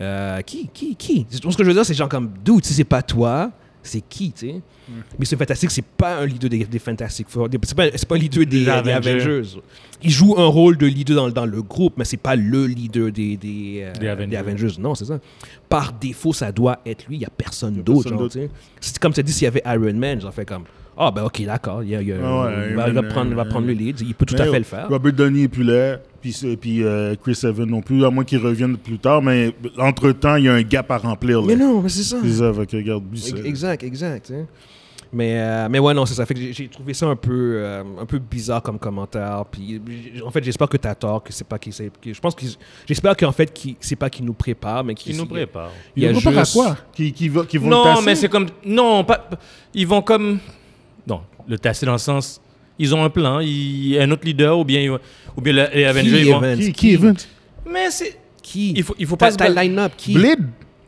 Qui? Ce que je veux dire, c'est genre comme, dude, si c'est pas toi, c'est qui, tu sais? Mais c'est fantastique, c'est pas un leader des Fantastic Four. C'est pas un leader des Avengers. Il joue un rôle de leader dans le groupe, mais c'est pas le leader des Avengers. Non, c'est ça. Par défaut, ça doit être lui. Il n'y a personne d'autre. C'est comme tu as dit, s'il y avait Iron Man, j'en fais comme... Ah, ben ok, d'accord. Il va prendre le lead. Il peut tout à fait le faire. Robert Downey n'est plus là. Puis Chris Evans non plus, à moins qu'il revienne plus tard. Mais entre-temps, il y a un gap à remplir. Là. Mais non, mais c'est ça. C'est ça, fait que regarde. Exact. Mais ouais, non, c'est ça. Fait que j'ai trouvé ça un peu bizarre comme commentaire. Puis en fait, j'espère que tu as tort, que c'est pas j'espère qu'en fait, c'est pas qu'il nous prépare, mais qu'il nous prépare. Il nous prépare à quoi? Qui vont non, le tasser? Mais c'est comme... Non, pas... Ils vont comme... Non, le tasser dans le sens... Ils ont un plan, un autre leader, ou bien les Avengers, ils vont... Qui Evans? Mais c'est... Qui? Il faut pas se... Ta line-up, qui? Blade?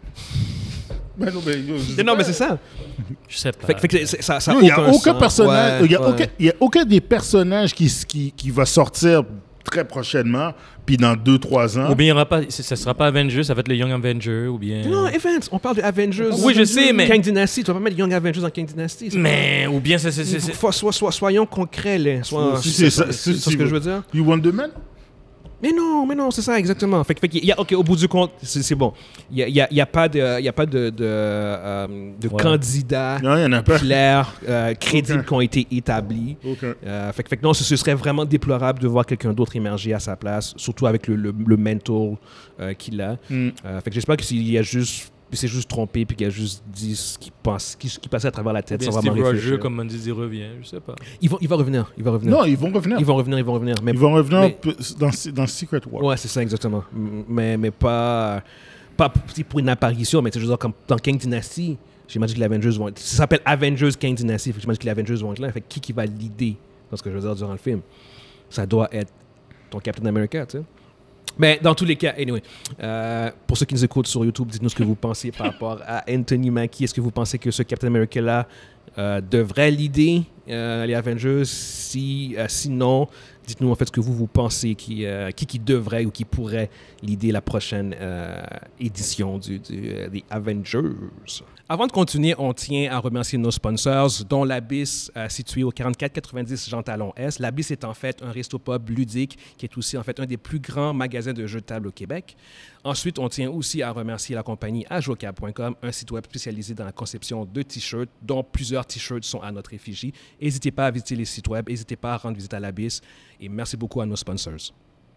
Non, mais c'est ça. Je sais pas. Fait que ça il n'y a aucun personnage... Il n'y a aucun des personnages qui va sortir très prochainement, puis dans 2-3 ans. Ou bien il y aura pas, ça sera pas Avengers, ça va être le Young Avengers, ou bien... Non, Evans, on parle de Avengers. Oui, je sais, mais... Kang Dynasty, tu vas pas mettre Young Avengers dans Kang Dynasty. Mais, ou bien c'est... Soyons concrets, là. C'est ce que je veux dire. You Wonder Man? Mais non, c'est ça, exactement. Fait qu'il y a, OK, au bout du compte, c'est bon. Il y a pas de candidats clairs, crédibles qui ont été établis. Fait que non, ce serait vraiment déplorable de voir quelqu'un d'autre émerger à sa place, surtout avec le mental qu'il a. Fait que j'espère que s'est juste trompé puis qu'il a juste dit ce qu'il pense, qui passait à travers la tête sans vraiment réfléchir. Steve Rogers, comme Mandy dit, revient, je sais pas. Il va revenir. Non, ils vont revenir. Ils vont revenir. Mais, ils vont revenir dans Secret War. Ouais, c'est ça, exactement. Mais pas pour une apparition, mais je veux dire, comme dans Kang Dynasty, J'imagine que les Avengers vont être... Ça s'appelle Avengers Kang Dynasty. J'imagine que les Avengers vont être là. Fait que qui va l'idée dans ce que je veux dire durant le film? Ça doit être ton Captain America, tu sais. Mais dans tous les cas, anyway, pour ceux qui nous écoutent sur YouTube, dites-nous ce que vous pensez par rapport à Anthony Mackie. Est-ce que vous pensez que ce Captain America-là devrait l'idée les Avengers? Sinon, dites-nous en fait ce que vous pensez qui devrait ou qui pourrait l'idée la prochaine édition des Avengers. Avant de continuer, on tient à remercier nos sponsors, dont l'Abyss, situé au 4490 Jean Talon Est. L'Abyss est en fait un resto-pub ludique qui est aussi en fait un des plus grands magasins de jeux de table au Québec. Ensuite, on tient aussi à remercier la compagnie ajocab.com, un site web spécialisé dans la conception de t-shirts, dont plusieurs t-shirts sont à notre effigie. N'hésitez pas à visiter les sites web, n'hésitez pas à rendre visite à l'Abyss et merci beaucoup à nos sponsors.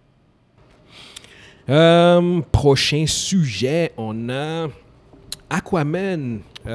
Prochain sujet, on a Aquaman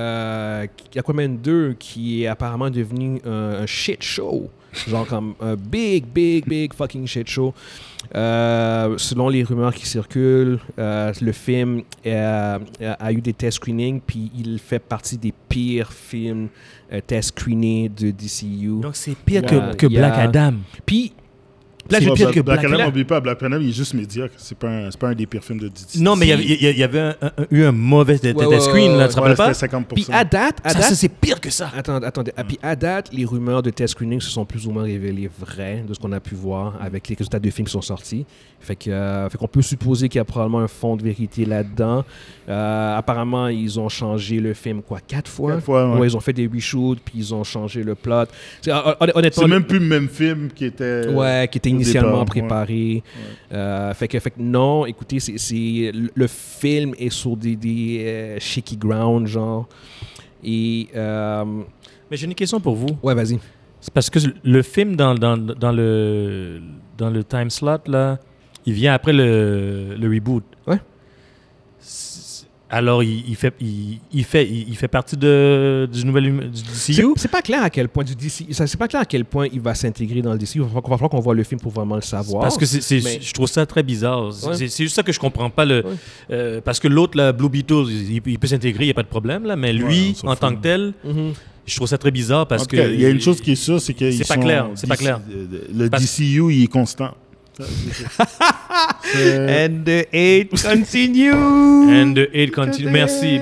2 qui est apparemment devenu un shit show. Genre comme un big fucking shit show. Selon les rumeurs qui circulent, le film a eu des test screenings, puis il fait partie des pires films test screenés de DCU. Donc c'est pire que Black Adam. Puis là, j'ai pire que Black Adam. N'oublie pas, Black Adam, il est juste médiocre. C'est pas un des pires films de DC. Non, mais il y avait eu un mauvais test screen, là, tu te rappelles pas? C'était 50%. Puis à date, ça c'est pire que ça. Attendez. Puis à date, les rumeurs de test screening se sont plus ou moins révélées vraies de ce qu'on a pu voir avec les résultats de films qui sont sortis. Fait qu'on peut supposer qu'il y a probablement un fond de vérité là-dedans. Apparemment, ils ont changé le film 4 fois? 4 fois, ouais. Ils ont fait des reshoots, puis ils ont changé le plot. Honnêtement, c'est même plus le même film qui était... Ouais, qui était initialement préparé. Ouais. Fait que non, écoutez, le film est sur des shaky ground, genre. Et... Mais j'ai une question pour vous. Ouais, vas-y. C'est parce que le film dans le time slot, là, il vient après le reboot. Ouais. Alors, il fait partie du DCU. C'est pas clair à quel point c'est pas clair à quel point il va s'intégrer dans le DCU. Il va falloir qu'on voit le film pour vraiment le savoir. Parce que je trouve ça très bizarre. Ouais. C'est juste ça que je comprends pas. Parce que l'autre, là, Blue Beetle, il peut s'intégrer, il n'y a pas de tant là. Mais lui, en tant que tel, je trouve ça très bizarre parce que... Il y a une chose qui est sûre, c'est que c'est pas clair. Le DCU, il est constant. And the hate continue. And the hate continue. Merci.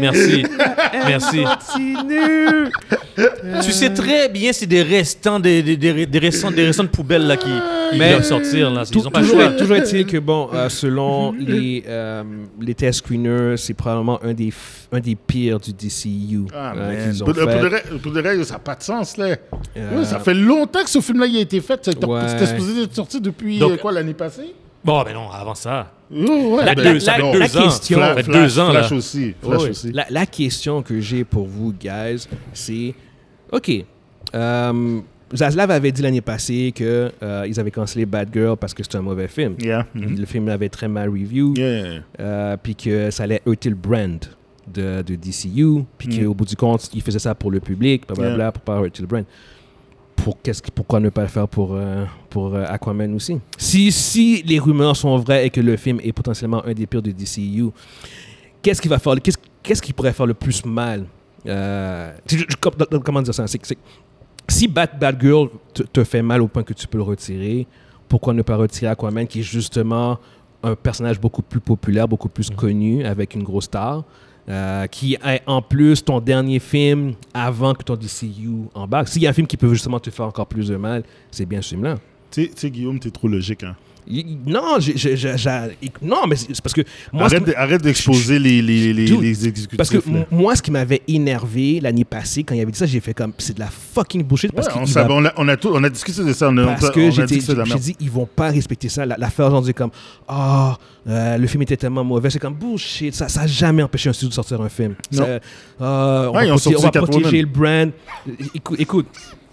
Continue. Tu sais très bien, c'est des restants de poubelles là qui doivent sortir là. Ils ont pas le choix. Toujours est-il que selon les test screeners, c'est probablement un des pires du DCU. Qu'ils ont pour de vrai, ça n'a pas de sens là. Ça fait longtemps que ce film-là a été fait. C'était supposé être sorti depuis l'année passée? Bon, ben non, avant ça. La question... Ça fait 2 ans, Flash là. aussi. La question que j'ai pour vous, guys, c'est... OK. Zaslav avait dit l'année passée qu'ils avaient cancellé Bad Girl parce que c'était un mauvais film. Yeah. Le film avait très mal review. Puis que ça allait heurter le brand de DCU. Puis qu'au bout du compte, ils faisaient ça pour le public, blablabla, pour pas heurter le brand. Pourquoi ne pas le faire pour Aquaman aussi? Si les rumeurs sont vraies et que le film est potentiellement un des pires de DCU, qu'est-ce qui pourrait faire le plus mal? Comment dire ça? Si Bad Girl te fait mal au point que tu peux le retirer, pourquoi ne pas retirer Aquaman, qui est justement un personnage beaucoup plus populaire, beaucoup plus connu, avec une grosse star? Qui est en plus ton dernier film avant que ton DCU embarque. S'il y a un film qui peut justement te faire encore plus de mal, c'est bien ce film-là. Tu sais, Guillaume, t'es trop logique, hein? Non, non, mais c'est parce que... Moi, arrête d'exposer les exécutifs. Parce que moi, ce qui m'avait énervé l'année passée, quand il avait dit ça, j'ai fait comme, c'est de la fucking bullshit. Parce on a discuté de ça. Parce que j'ai dit, ils vont pas respecter ça. L'affaire, genre, comme, le film était tellement mauvais. C'est comme, bullshit, ça n'a jamais empêché un studio de sortir un film. On va protéger le brand. Écoute.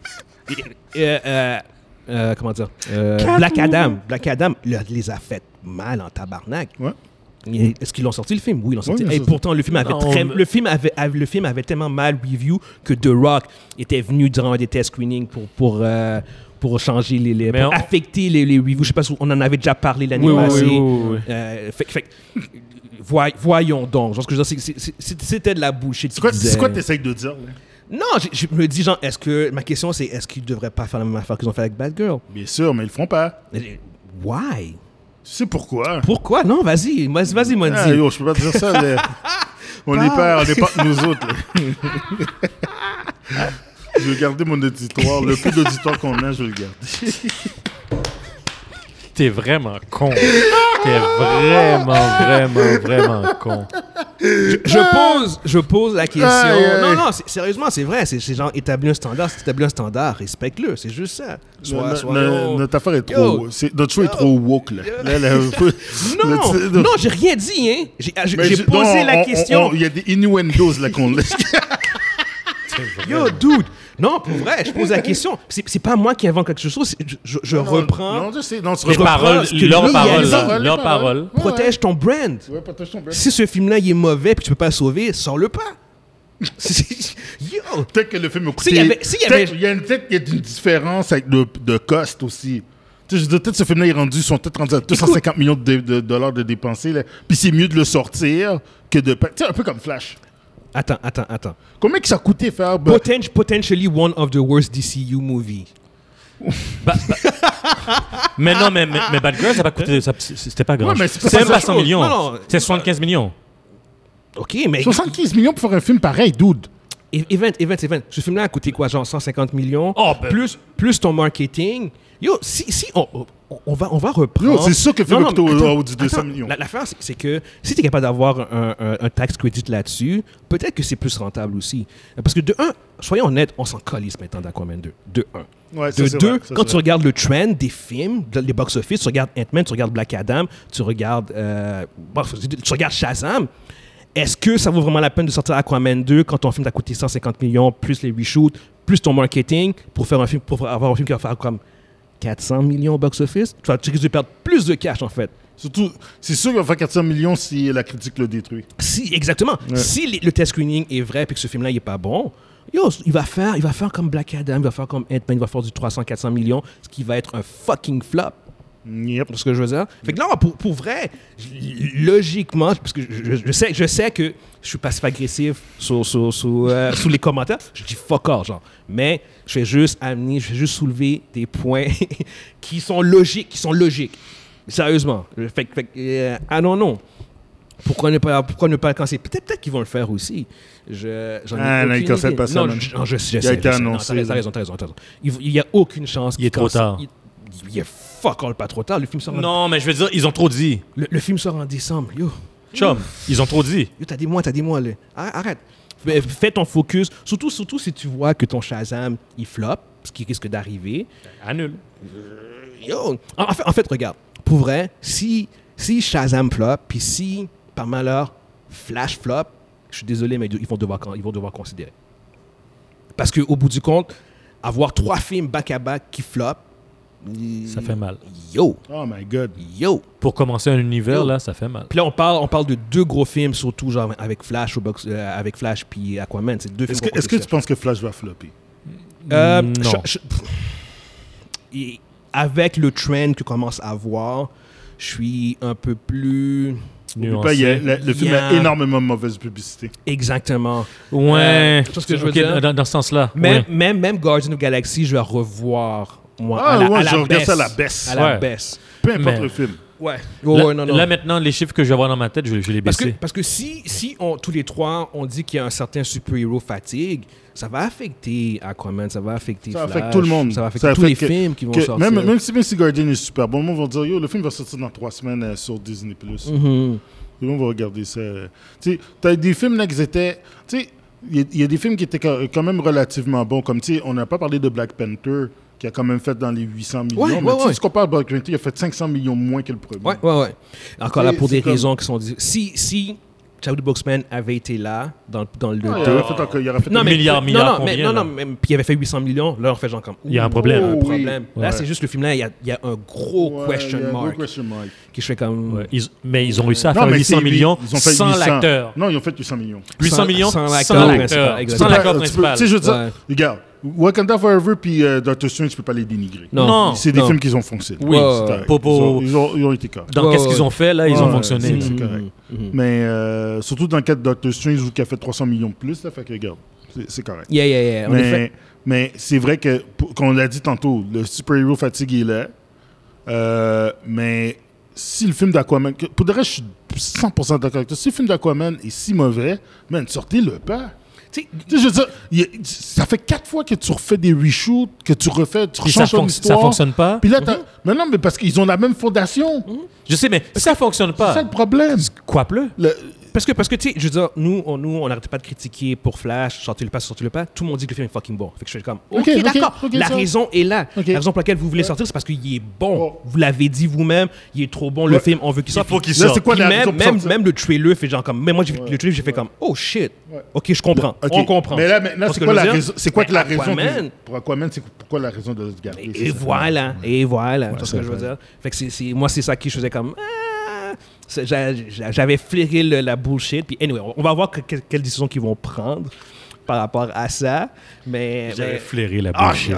Comment dire? Black Adam les a fait mal en tabarnak. Ouais. Est-ce qu'ils l'ont sorti, le film? Oui, ils l'ont sorti. Et pourtant, le film avait tellement mal review que The Rock était venu durant des test screenings pour changer pour affecter les reviews. Je sais pas si on en avait déjà parlé l'année passée. Oui. Voyons donc. Genre, ce que je veux dire, c'était de la bullshit. C'est quoi que tu essayes de dire, là? Non, je me dis, genre, ma question, c'est est-ce qu'ils ne devraient pas faire la même affaire qu'ils ont fait avec Bad Girl? Bien sûr, mais ils le font pas. Why? Tu sais pourquoi? Pourquoi? Non, vas-y, Mondi. Yo, je peux pas te dire ça, là. On n'est pas nous autres, là. Je vais garder mon auditoire. Le peu d'auditoire qu'on a, je vais le garder. T'es vraiment con. T'es vraiment con. Je pose la question. Non, sérieusement, c'est vrai. C'est genre établir un standard. Si tu établis un standard, respecte-le. C'est juste ça. Notre affaire est trop... Notre show est trop woke, là. Non, j'ai rien dit, hein. J'ai posé la question. Il y a des innuendos, là, qu'on laisse. Yo, dude. Non, pour vrai, je pose la question. C'est pas moi qui invente quelque chose. Je reprends. Non, je sais. Non, Leurs paroles. Protège ton brand. Ouais, protège ton brand. Si ce film-là, il est mauvais et que tu peux pas le sauver, sors-le pas. Yo. Peut-être que le film a coûté... Il y a une différence avec de cost aussi. Tu sais, je veux dire, peut-être ce film-là, ils sont peut-être rendus à 250 millions de dollars de dépensés. Là. Puis c'est mieux de le sortir que de... Tu sais, un peu comme Flash. Attends. Combien que ça a coûté faire... Potentially one of the worst DCU movies. Mais non, mais Bad Girl, ça n'a pas coûté... C'était pas grand. Ouais, c'est même pas 100 millions. Non. C'est 75 millions. OK, mais... 75 millions pour faire un film pareil, dude. Event. Ce film-là a coûté quoi? Genre 150 millions? Oh, plus ton marketing. Yo, si on va reprendre... Yo, c'est sûr que le film a coûté au 200 millions. L'affaire, c'est que si tu es capable d'avoir un tax credit là-dessus, peut-être que c'est plus rentable aussi. Parce que de un, soyons honnêtes, on s'en calisse maintenant d'Aquaman 2. De un. Ouais, de deux, quand tu regardes le trend des films, les box-office, tu regardes Ant-Man, tu regardes Black Adam, tu regardes Shazam, est-ce que ça vaut vraiment la peine de sortir Aquaman 2 quand ton film t'a coûté 150 millions, plus les reshoots, plus ton marketing, pour avoir un film qui va faire comme 400 millions au box-office? Tu risques de perdre plus de cash, en fait. Surtout, c'est sûr qu'il va faire 400 millions si la critique le détruit. Si, exactement. Ouais. Si le test screening est vrai et que ce film-là n'est pas bon, il va faire comme Black Adam, il va faire comme Ant-Man, il va faire du 300-400 millions, ce qui va être un fucking flop. Yep. C'est ce que je veux dire. Fait que là, pour vrai, logiquement, parce que je sais que je suis passif-agressif sous les commentaires, je dis fuck off, genre. Mais je vais juste soulever des points qui sont logiques. Sérieusement. Fait que, non. Pourquoi ne pas le canceller? Peut-être qu'ils vont le faire aussi. J'en ai aucune idée. Pas ça, je sais. Il a été annoncé. T'as raison. Il n'y a aucune chance. Il est trop tard. Il est fuck all pas trop tard. Le film sort Non, mais je veux dire, ils ont trop dit. Le film sort en décembre. Yo. Chum, ils ont trop dit. Yo, t'as des mois, là. Arrête. Fais ton focus. Surtout si tu vois que ton Shazam, il flop, ce qui risque d'arriver. Annule. Yo. En fait, regarde. Pour vrai, si Shazam flop, puis si, par malheur, Flash flop, je suis désolé, mais ils vont devoir considérer. Parce qu'au bout du compte, avoir 3 films back-à-back qui flop, ça fait mal. Yo. Oh my God. Yo. Pour commencer un univers, là, ça fait mal. Puis là, on parle de 2 gros films, surtout genre avec Flash puis Aquaman. C'est 2 films. Est-ce que tu penses que Flash va flopper? Non. Avec le trend que commence à avoir, je suis un peu plus... Le film a énormément de mauvaise publicité. Exactement. Ouais. C'est ce que je veux dire. Dans ce sens-là. Même Guardians of the Galaxy, je vais revoir. Je regarde ça à la baisse. À la baisse. Peu importe le film. Ouais. Non. Là, maintenant, les chiffres que je vais avoir dans ma tête, je vais les baisser. Parce que si tous les trois, on dit qu'il y a un certain super-héros fatigue, ça va affecter Aquaman, ça va affecter Flash. Ça affecte tout le monde. Ça va affecter tous les films qui vont sortir. Même si Guardian est super bon, le monde va dire, yo, le film va sortir dans 3 semaines sur Disney+. Mm-hmm. Tout le monde va regarder ça. Tu sais, t'as des films là qui étaient... Tu sais, il y a des films qui étaient quand même relativement bons. Comme, tu sais, on n'a pas parlé de Black Panther, qui a quand même fait dans les 800 millions. Si tu compares Black Panther, il a fait 500 millions moins que le premier. Ouais. Encore là, pour des raisons qui sont... Si Chadwick Boseman avait été là, dans le 2... il aurait fait milliard combien? Non, puis il avait fait 800 millions. Là, on fait genre comme... Il y a un problème. Là, c'est juste le film, là, il y a un gros question mark. Qui fait comme... Ouais. Mais ils ont réussi à faire 800 millions sans l'acteur. Non, ils ont fait 800 millions. 800 millions sans l'acteur principal. Sans l'acteur principal. Tu sais, je veux dire, regarde, Wakanda Forever puis Doctor Strange, tu peux pas les dénigrer. Non. C'est des films qui ont fonctionné. Oui, c'est correct. Ils ont été corrects. Dans qu'est-ce qu'ils ont fait, là, ils ont fonctionné. C'est correct. Mais surtout dans le cas de Doctor Strange, qui a fait 300 millions de plus, là, fait que regarde, c'est correct. Yeah. Mais c'est vrai que, comme on l'a dit tantôt, le super-héros fatigue est là. Mais si le film d'Aquaman... Pour de reste, je suis 100% d'accord avec toi. Si le film d'Aquaman est si mauvais, man, sortez-le pas. Tu sais, je veux dire, ça fait 4 fois que tu refais des reshoots, que tu rechanges ton histoire. Ça fonctionne pas. Puis là, mais non, mais parce qu'ils ont la même fondation. Je sais, mais ça fonctionne pas. C'est ça le problème. Quoi, pleu? Parce que tu sais, je veux dire, nous, on n'arrêtait pas de critiquer pour Flash, sortez-le pas. Tout le monde dit que le film est fucking bon. Fait que je suis comme, ok, d'accord. La raison est là. La raison pour laquelle vous voulez sortir, c'est parce qu'il est bon. Vous l'avez dit vous-même, il est trop bon, le film, on veut qu'il sorte. Il faut qu'il sorte. C'est quoi la raison pour sortir? Même le trailer fait genre comme, même moi, j'ai vu le trailer, j'ai fait comme, oh shit. Ok, je comprends. On comprend. Mais là, maintenant, c'est quoi la raison? C'est quoi la raison? Pour Aquaman, c'est pourquoi la raison de se garder? Et voilà. Tu vois ce que je veux dire? Fait que moi, c'est ça qui je faisais comme, j'avais flairé la bullshit. Puis anyway, on va voir quelles décisions qu'ils vont prendre par rapport à ça. Mais j'avais flairé la bullshit.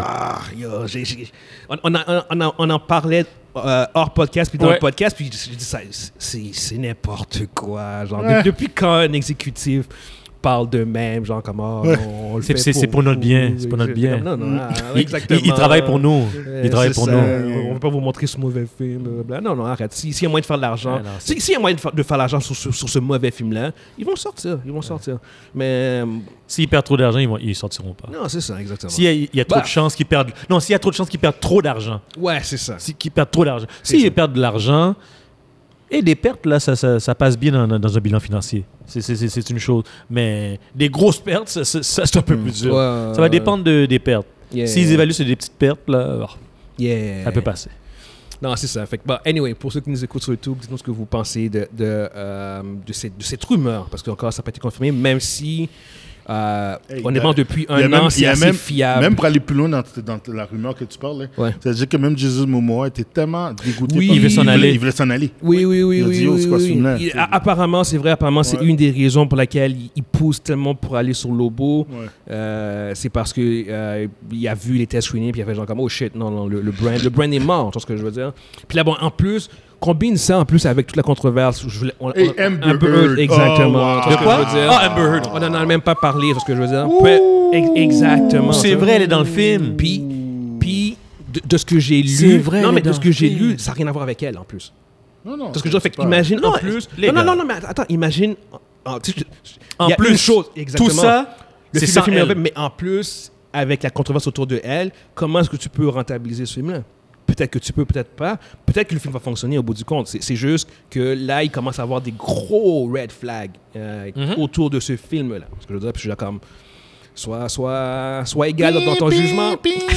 On en parlait hors podcast, puis dans le podcast, puis j'ai dit ça, c'est n'importe quoi. Genre, depuis quand un exécutif parle d'eux-mêmes, genre comme on le fait c'est pour notre bien, c'est pour notre bien. Non, exactement. Il travaille pour nous. Il travaille pour nous. On ne va pas vous montrer ce mauvais film. Blablabla. Non, arrête. S'il y a moyen de faire de l'argent, s'il y a moyen de faire de l'argent sur ce mauvais film-là, ils vont sortir. Mais s'ils perdent trop d'argent, ils ne sortiront pas. Non, c'est ça, exactement. S'il y a trop de chances qu'ils perdent... Non, s'il y a trop de chances qu'ils perdent trop d'argent. Ouais, c'est ça. Qu'ils perdent trop d'argent. S'ils perdent de l'argent... Et des pertes, là, ça passe bien dans un bilan financier. C'est une chose. Mais des grosses pertes, ça c'est un peu plus dur. Ça va dépendre des pertes. S'ils évaluent sur des petites pertes, là, ça peut passer. Non, c'est ça. Fait que, anyway, pour ceux qui nous écoutent sur YouTube, dites-nous ce que vous pensez de cette rumeur. Parce qu'encore, ça n'a pas été confirmé, même si... honnêtement, depuis un an, c'est assez fiable. Même pour aller plus loin dans la rumeur que tu parles, c'est-à-dire que même Jesus Momoa était tellement dégoûté. Il voulait s'en aller. Il voulait s'en aller. Oui. Apparemment, c'est vrai. C'est une des raisons pour laquelle il pousse tellement pour aller sur Lobo. C'est parce que il a vu les tests screenings puis il a fait genre comme oh shit, non, le brand est mort. Tu vois ce que je veux dire? Puis là, en plus. Combine ça en plus avec toute la controverse. Amber Heard, exactement. De quoi? Amber Heard. On n'en a même pas parlé, c'est ce que je veux dire. Exactement. C'est vrai, elle est dans le film. Puis de ce que j'ai lu... C'est vrai, non, mais de ce que j'ai lu, ça n'a rien à voir avec elle, en plus. Non. Parce que je veux dire, imagine en plus... Non, mais attends, imagine... En plus, une chose, exactement. Tout ça, c'est ça. Mais en plus, avec la controverse autour de elle, comment est-ce que tu peux rentabiliser ce film-là? Peut-être que tu peux, peut-être pas. Peut-être que le film va fonctionner au bout du compte. C'est juste que là, il commence à avoir des gros red flags autour de ce film-là. Parce que je veux dire, puis je suis là comme... Sois égal dans ton jugement.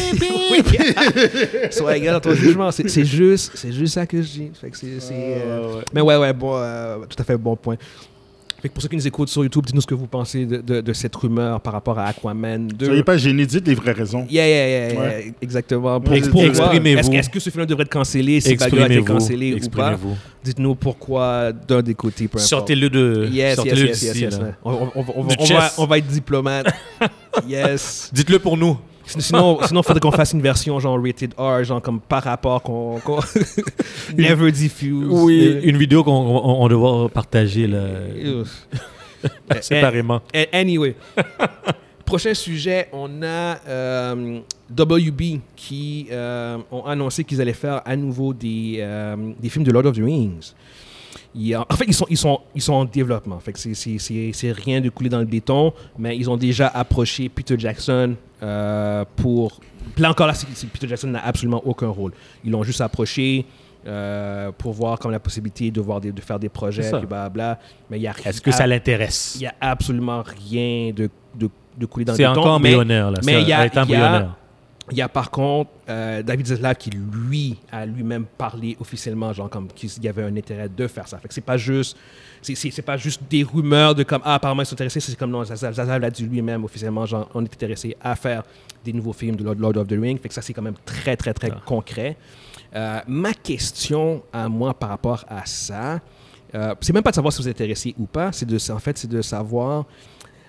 Sois égal dans ton jugement. C'est juste ça que je dis. Fait que Mais tout à fait bon point. Fait que pour ceux qui nous écoutent sur YouTube, dites-nous ce que vous pensez de cette rumeur par rapport à Aquaman 2. Soyez pas gênés, dites les vraies raisons. Exactement. Exprimez-vous. Est-ce que ce film devrait être cancellé, si Bagdad a été cancellé ou pas? Dites-nous pourquoi d'un des côtés, peu importe. Sortez-le de... Yes. On va être diplomate. Yes. Dites-le pour nous. Sinon, il faudrait qu'on fasse une version genre rated R, genre comme par rapport qu'on never diffuse. Oui, une vidéo qu'on devra partager là. Séparément. Anyway. Prochain sujet, on a WB qui ont annoncé qu'ils allaient faire à nouveau des films de Lord of the Rings. En fait, ils sont en développement. Fait que c'est rien de couler dans le béton, mais ils ont déjà approché Peter Jackson pour... Là encore, Peter Jackson n'a absolument aucun rôle. Ils l'ont juste approché pour voir comme la possibilité de faire des projets, puis blablabla. Mais est-ce que ça l'intéresse? Il n'y a absolument rien de couler dans le béton. béton. C'est encore embryonnaire, là. Mais il y a embryonnaire. Il y a par contre David Zaslav qui, lui, a lui-même parlé officiellement, genre comme qu'il y avait un intérêt de faire ça. Fait que c'est pas juste des rumeurs de comme apparemment ils sont intéressés, c'est comme non, Zaslav l'a dit lui-même officiellement, genre on est intéressé à faire des nouveaux films de Lord of the Rings. Fait que ça c'est quand même très très très concret. Ma question à moi par rapport à ça, c'est même pas de savoir si vous êtes intéressé ou pas, c'est de savoir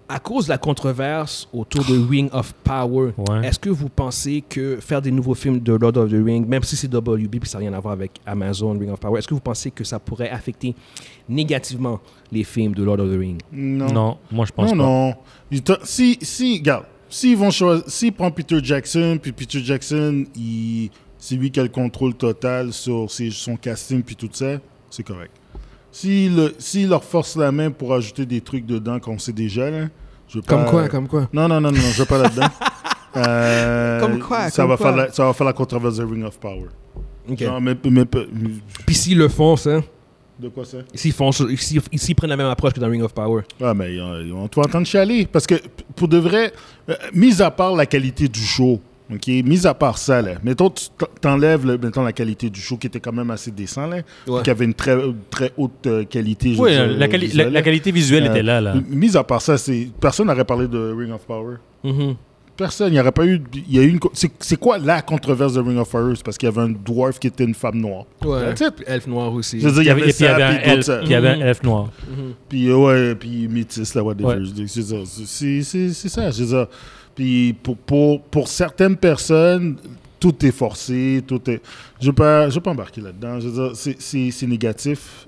À cause de la controverse autour de Ring of Power, est-ce que vous pensez que faire des nouveaux films de Lord of the Rings, même si c'est WB puis ça n'a rien à voir avec Amazon, Ring of Power, est-ce que vous pensez que ça pourrait affecter négativement les films de Lord of the Rings? Non, moi je pense pas. Non. Regarde, s'ils prennent Peter Jackson, puis Peter Jackson, c'est lui qui a le contrôle total sur son casting puis tout ça, c'est correct. S'il leur force la main pour ajouter des trucs dedans qu'on sait déjà, là, je veux pas... Comme quoi? Non, je veux pas là-dedans. Comme quoi? Ça va faire la controverse de Ring of Power. OK. Non, mais Puis s'ils le font, ça? De quoi ça? S'ils prennent la même approche que dans Ring of Power. Ah, mais ils vont tout entendre chialer. Parce que, pour de vrai, mis à part la qualité du show, OK? Mis à part ça, là, mettons, tu t'enlèves la qualité du show qui était quand même assez décent, là, qui avait une très, très haute qualité. Oui, la qualité visuelle était là. Mis à part ça, personne n'aurait parlé de Ring of Power. Mm-hmm. Personne. Il n'y aurait pas eu... C'est quoi la controverse de Ring of Power? C'est parce qu'il y avait un dwarf qui était une femme noire. Ouais, elfe noir aussi. Je veux dire, il y avait ça, il y avait un elfe noir. Mm-hmm. Puis métis, là, whatever. Ouais. C'est ça, je veux dire. Puis pour certaines personnes, tout est forcé, Je vais pas embarquer là-dedans. Je veux dire, c'est négatif.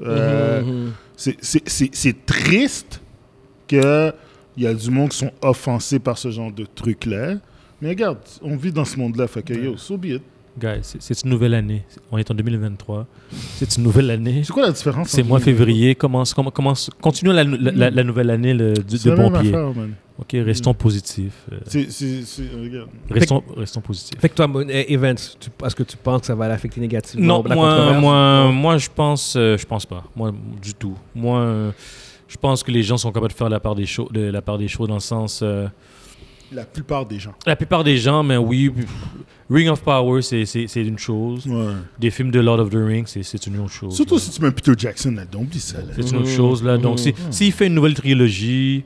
C'est triste qu'il y a du monde qui sont offensés par ce genre de trucs-là. Mais regarde, on vit dans ce monde-là. Fait que, so be it. Guys, c'est une nouvelle année. On est en 2023. C'est une nouvelle année. C'est quoi la différence? C'est mois février. Continuons la nouvelle année de bon pied. OK, restons positifs. Regarde. Restons positifs. Fait que toi, Evans, est-ce que tu penses que ça va l'affecter négativement? Non, moi je pense pas. Moi, du tout. Moi, je pense que les gens sont capables de faire la part des choses dans le sens... La plupart des gens. La plupart des gens, mais oui. Ring of Power, c'est une chose. Ouais. Des films de Lord of the Rings, c'est une autre chose. Surtout si tu mets Peter Jackson là-dedans, oublie ça. Là. C'est une autre chose, là. Donc, s'il fait une nouvelle trilogie...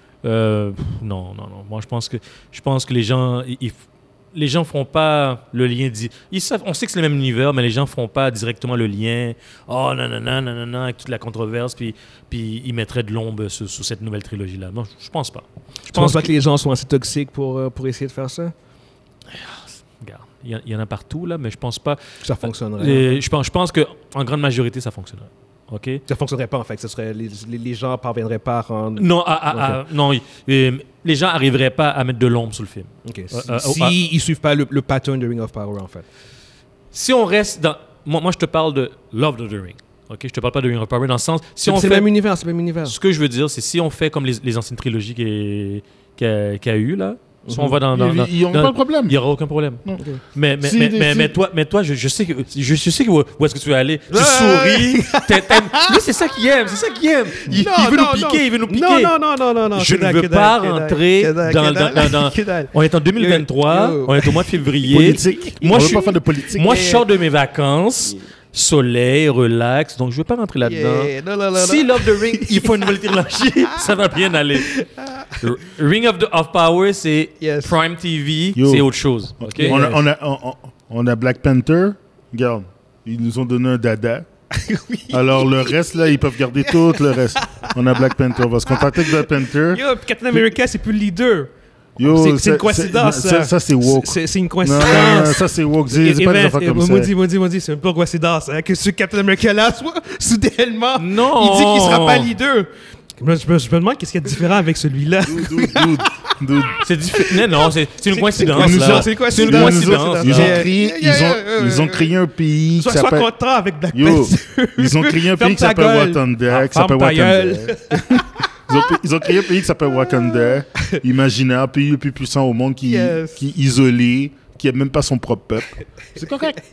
non. Moi, je pense que les gens feront pas le lien. On sait que c'est le même univers, mais les gens feront pas directement le lien. Oh, non, avec toute la controverse, puis ils mettraient de l'ombre sur cette nouvelle trilogie-là. Non, je pense pas. Tu penses pas que les gens sont assez toxiques pour essayer de faire ça? Regarde, il y en a partout, là, mais je pense pas... Ça fonctionnerait. Je pense qu'en grande majorité, ça fonctionnerait. Okay. Ça ne fonctionnerait pas, en fait. Les gens ne parviendraient pas à rendre... Non, non, les gens n'arriveraient pas à mettre de l'ombre sur le film. Okay. S'ils ne suivent pas le pattern de Ring of Power, en fait. Si on reste dans... Moi, je te parle de Love of the Ring. Okay? Je te parle pas de Ring of Power dans le sens... C'est le même univers, c'est le même univers. Ce que je veux dire, c'est si on fait comme les anciennes trilogies qu'il y a eu, là... Si on va ils n'ont pas de problème. Il n'y aura aucun problème. Okay. Mais toi, je sais que où est-ce que tu vas aller. Tu souris. Lui, c'est ça qu'il aime. Il veut nous piquer. Non. Je ne veux pas rentrer dans... On est en 2023. On est au mois de février. Politique. On ne veut pas faire de politique. Moi, je sors de mes vacances. Soleil, relax, donc je ne veux pas rentrer là-dedans. Non. Si Love the Ring, il faut une nouvelle trilogie, ça va bien aller. Ring of Power, c'est Prime TV, c'est autre chose. Okay? On a Black Panther, regarde, ils nous ont donné un dada. Oui. Alors le reste, là, ils peuvent garder tout le reste. On a Black Panther, on va se contacter avec Black Panther. Yo, Captain America, c'est plus le leader. C'est une coïncidence. Ça, c'est woke. C'est une coïncidence. Non, ça, c'est woke. C'est pas des affaires comme ça. Maudit, c'est une pure coïncidence. Que ce Captain America là soit soudainement, non. Il dit qu'il sera pas leader. Je me demande qu'est-ce qu'il y a de différent avec celui-là. Dude. C'est différent. Non, c'est une coïncidence. C'est une coïncidence. Ils ont créé un pays qui s'appelle... Sois content avec Black Panther. Ils ont créé un pays qui s'appelle Wakanda. Ils ont créé un pays qui s'appelle Wakanda, imaginaire, pays le plus puissant au monde, qui est isolé, qui n'a même pas son propre peuple. C'est correct.